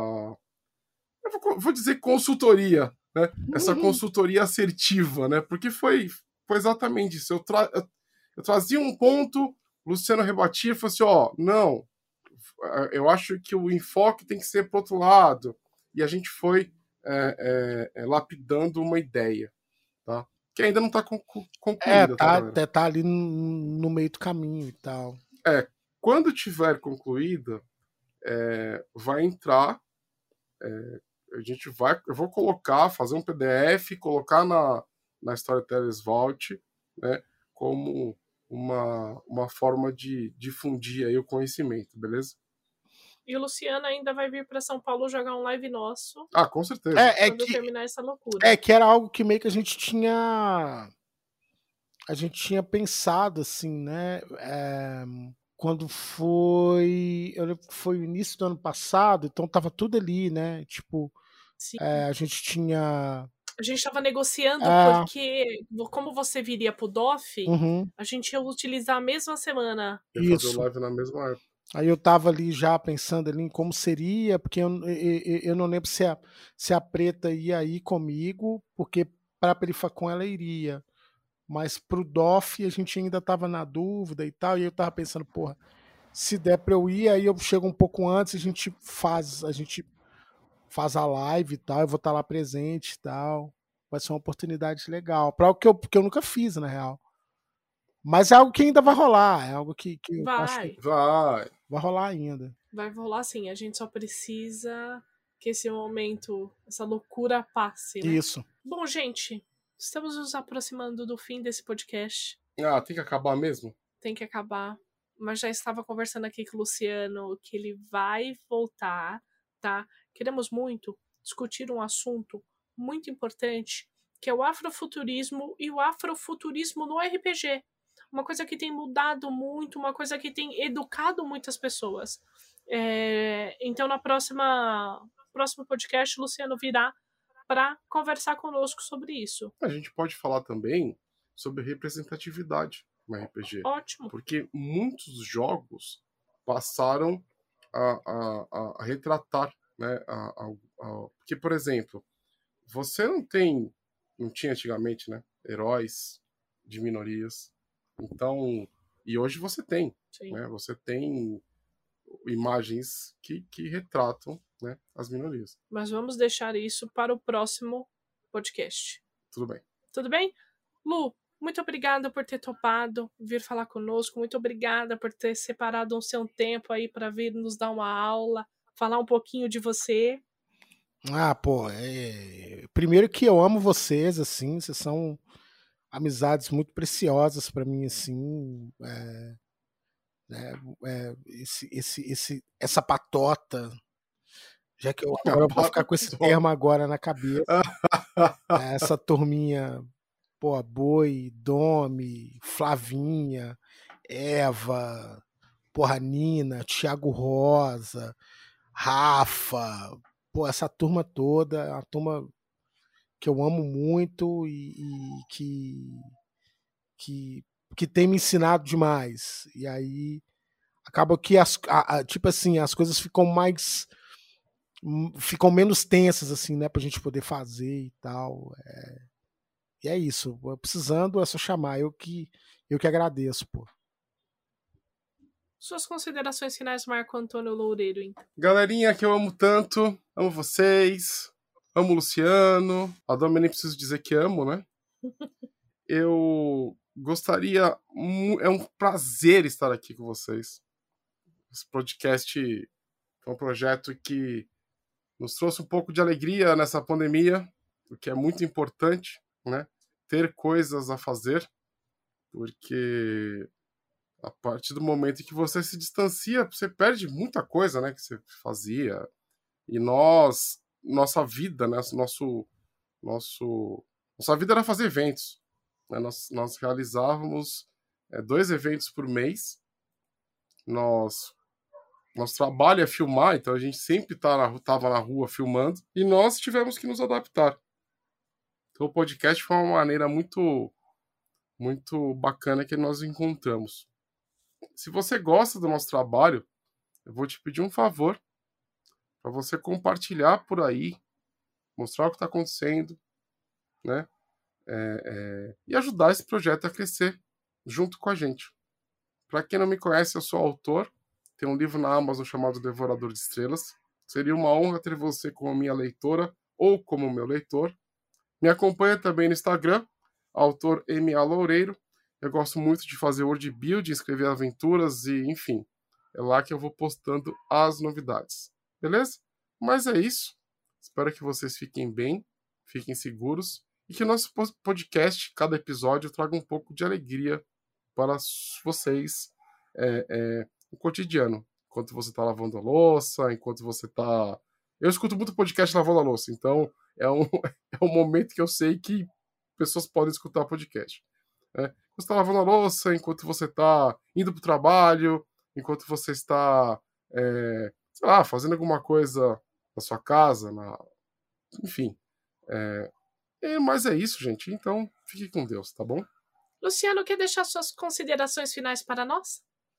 S2: eu vou, vou dizer consultoria, né? Essa consultoria assertiva, né? Porque foi, foi exatamente isso. Eu, tra, eu, eu trazia um ponto, o Luciano rebatia e falou assim, ó, não, eu acho que o enfoque tem que ser para outro lado. E a gente foi é, é, é, lapidando uma ideia, tá? Que ainda não está concluída,
S3: É,
S2: tá,
S3: tá,
S2: galera?
S3: tá ali no, no meio do caminho e tal.
S2: É, quando tiver concluída, é, vai entrar, é, a gente vai, eu vou colocar, fazer um P D F, colocar na, na Storytellers Vault, né, como uma, uma forma de difundir aí o conhecimento, beleza?
S1: E o Luciano ainda vai vir para São Paulo jogar um live nosso.
S2: Ah, com certeza.
S1: É, é
S3: quando
S1: que, eu terminar essa loucura.
S3: É que era algo que meio que a gente tinha... A gente tinha pensado, assim, né? É, quando foi... Eu lembro que foi o início do ano passado, então tava tudo ali, né? Tipo, é, a gente tinha...
S1: A gente estava negociando
S3: é...
S1: porque, como você viria pro D O F,
S3: uhum.
S1: a gente ia utilizar a mesma semana.
S2: Ia fazer o live na mesma época.
S3: Aí eu tava ali já pensando ali em como seria, porque eu, eu, eu não lembro se a, se a Preta ia ir comigo, porque para a Perifacon ela iria. Mas pro D O F a gente ainda tava na dúvida e tal, e eu tava pensando, porra, se der pra eu ir, aí eu chego um pouco antes, a gente faz, a gente faz a live e tal, eu vou estar lá presente e tal. Vai ser uma oportunidade legal. Para algo que eu, que eu nunca fiz, na real. Mas é algo que ainda vai rolar. É algo que, que eu acho que
S1: Vai,
S2: Vai.
S3: vai rolar ainda.
S1: vai rolar sim. A gente só precisa que esse momento, essa loucura passe, né?
S3: Isso.
S1: Bom, gente, estamos nos aproximando do fim desse podcast.
S2: Ah, tem que acabar mesmo?
S1: Tem que acabar. Mas já estava conversando aqui com o Luciano que ele vai voltar, tá? Queremos muito discutir um assunto muito importante, que é o afrofuturismo e o afrofuturismo no R P G. Uma coisa que tem mudado muito, uma coisa que tem educado muitas pessoas. É, então, na próxima próximo podcast, o Luciano virá para conversar conosco sobre isso.
S2: A gente pode falar também sobre representatividade no R P G.
S1: Ótimo.
S2: Porque muitos jogos passaram a, a, a retratar, né? A, a, a, porque, por exemplo, você não tem, não tinha antigamente, né? Heróis de minorias. Então, e hoje você tem,
S1: Sim.
S2: né? Você tem imagens que, que retratam, né, as minorias.
S1: Mas vamos deixar isso para o próximo podcast.
S2: Tudo bem.
S1: Tudo bem? Lu, muito obrigada por ter topado vir falar conosco. Muito obrigada por ter separado um seu tempo aí para vir nos dar uma aula, falar um pouquinho de você.
S3: Ah, pô, é... primeiro que eu amo vocês, assim, vocês são amizades muito preciosas para mim, assim, é... É, é, esse, esse, esse, essa patota, já que eu agora eu vou ficar com esse termo agora na cabeça, é, essa turminha, pô, Boi, Domi, Flavinha, Eva, porra, Nina, Thiago Rosa, Rafa, pô, essa turma toda, é uma turma que eu amo muito e, e que, que, que tem me ensinado demais. E aí acaba que as, a, a, tipo assim, as coisas ficam mais ficam menos tensas assim, né, pra gente poder fazer e tal. É, e é isso, precisando é só chamar, eu que eu que agradeço, pô.
S1: Suas considerações finais, Marco Antônio Loureiro, então.
S2: Galerinha que eu amo tanto, amo vocês, amo o Luciano, a Domi nem preciso dizer que amo, né? Eu gostaria, é um prazer estar aqui com vocês. Esse podcast foi um projeto que nos trouxe um pouco de alegria nessa pandemia, o que é muito importante, né? Ter coisas a fazer, porque a partir do momento em que você se distancia, você perde muita coisa, né, que você fazia. E nós, nossa vida, né, nosso, nosso, nossa vida era fazer eventos. Né? Nós, nós realizávamos é, dois eventos por mês. Nós Nosso trabalho é filmar, então a gente sempre tá na, tava na rua filmando, e nós tivemos que nos adaptar. Então o podcast foi uma maneira muito, muito bacana que nós encontramos. Se você gosta do nosso trabalho, eu vou te pedir um favor para você compartilhar por aí, mostrar o que está acontecendo, né? É, é, e ajudar esse projeto a crescer junto com a gente. Para quem não me conhece, eu sou autor. Tem um livro na Amazon chamado Devorador de Estrelas. Seria uma honra ter você como minha leitora ou como meu leitor. Me acompanha também no Instagram, autor M A Loureiro. Eu gosto muito de fazer word build, escrever aventuras e, enfim, é lá que eu vou postando as novidades. Beleza? Mas é isso. Espero que vocês fiquem bem, fiquem seguros e que o nosso podcast, cada episódio, traga um pouco de alegria para vocês. É, é, no cotidiano, enquanto você está lavando a louça, enquanto você está... Eu escuto muito podcast lavando a louça, então é um, é um momento que eu sei que pessoas podem escutar podcast. Né? Você está lavando a louça, enquanto você está indo para o trabalho, enquanto você está, é, sei lá, fazendo alguma coisa na sua casa, na... enfim. É... É, mas é isso, gente. Então, fique com Deus, tá bom?
S1: Luciano, quer deixar suas considerações finais para nós?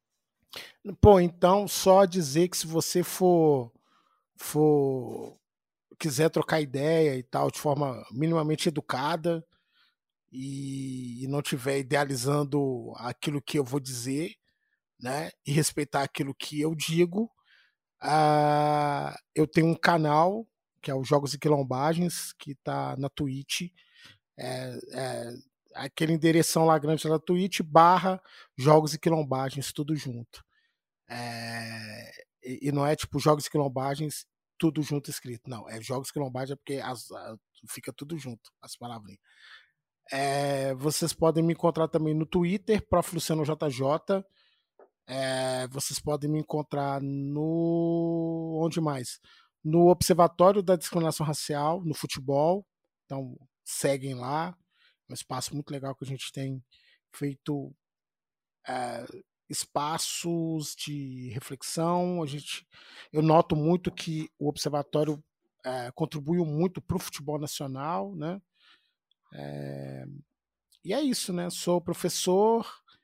S3: Pô, então só dizer que se você for, for quiser trocar ideia e tal de forma minimamente educada e, e não estiver idealizando aquilo que eu vou dizer, né, e respeitar aquilo que eu digo, uh, eu tenho um canal que é o Jogos e Quilombagens, que tá na Twitch, é, é, aquele endereção lá grande na Twitch, barra Jogos e Quilombagens, tudo junto. É, e, e não é tipo Jogos e Quilombagens, tudo junto escrito, não, é Jogos e Quilombagens, é porque as, a, fica tudo junto, as palavrinhas. É, vocês podem me encontrar também no Twitter, Prof Luciano J J. É, vocês podem me encontrar no... onde mais? No Observatório da Discriminação Racial, no futebol. Então, seguem lá. É um espaço muito legal que a gente tem feito é, espaços de reflexão. A gente, eu noto muito que o Observatório é, contribuiu muito para o futebol nacional, né? É, e é isso, né? Sou professor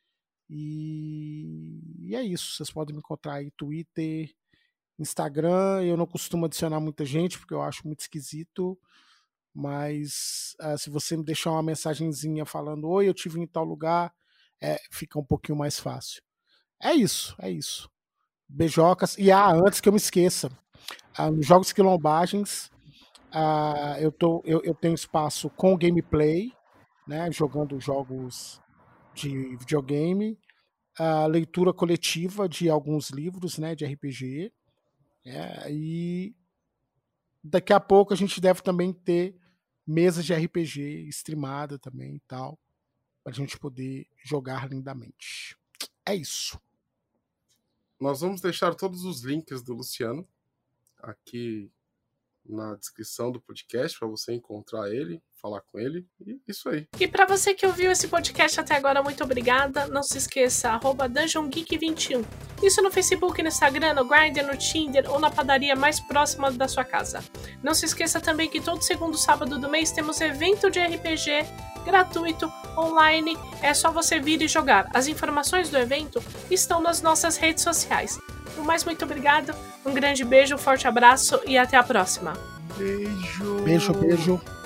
S3: e, e é isso. Vocês podem me encontrar aí Twitter, Instagram. Eu não costumo adicionar muita gente porque eu acho muito esquisito, mas uh, se você me deixar uma mensagenzinha falando oi, eu tive em tal lugar, é, fica um pouquinho mais fácil. É isso, é isso. Beijocas. E ah, antes que eu me esqueça, uh, nos Jogos Quilombagens, uh, eu, tô, eu, eu tenho espaço com gameplay, né, jogando jogos de videogame, a leitura coletiva de alguns livros, né, de R P G, é, e daqui a pouco a gente deve também ter mesas de R P G streamada também e tal, para a gente poder jogar lindamente. É isso.
S2: Nós vamos deixar todos os links do Luciano aqui na descrição do podcast para você encontrar ele, falar com ele, e isso aí.
S1: E para você que ouviu esse podcast até agora, muito obrigada. Não se esqueça, arroba Dungeon Geek vinte e um. Isso no Facebook, no Instagram, no Grindr, no Tinder ou na padaria mais próxima da sua casa. Não se esqueça também que todo segundo sábado do mês temos evento de R P G gratuito, online. É só você vir e jogar. As informações do evento estão nas nossas redes sociais. No mais, muito obrigado. Um grande beijo, um forte abraço e até a próxima.
S2: Beijo.
S3: Beijo, beijo.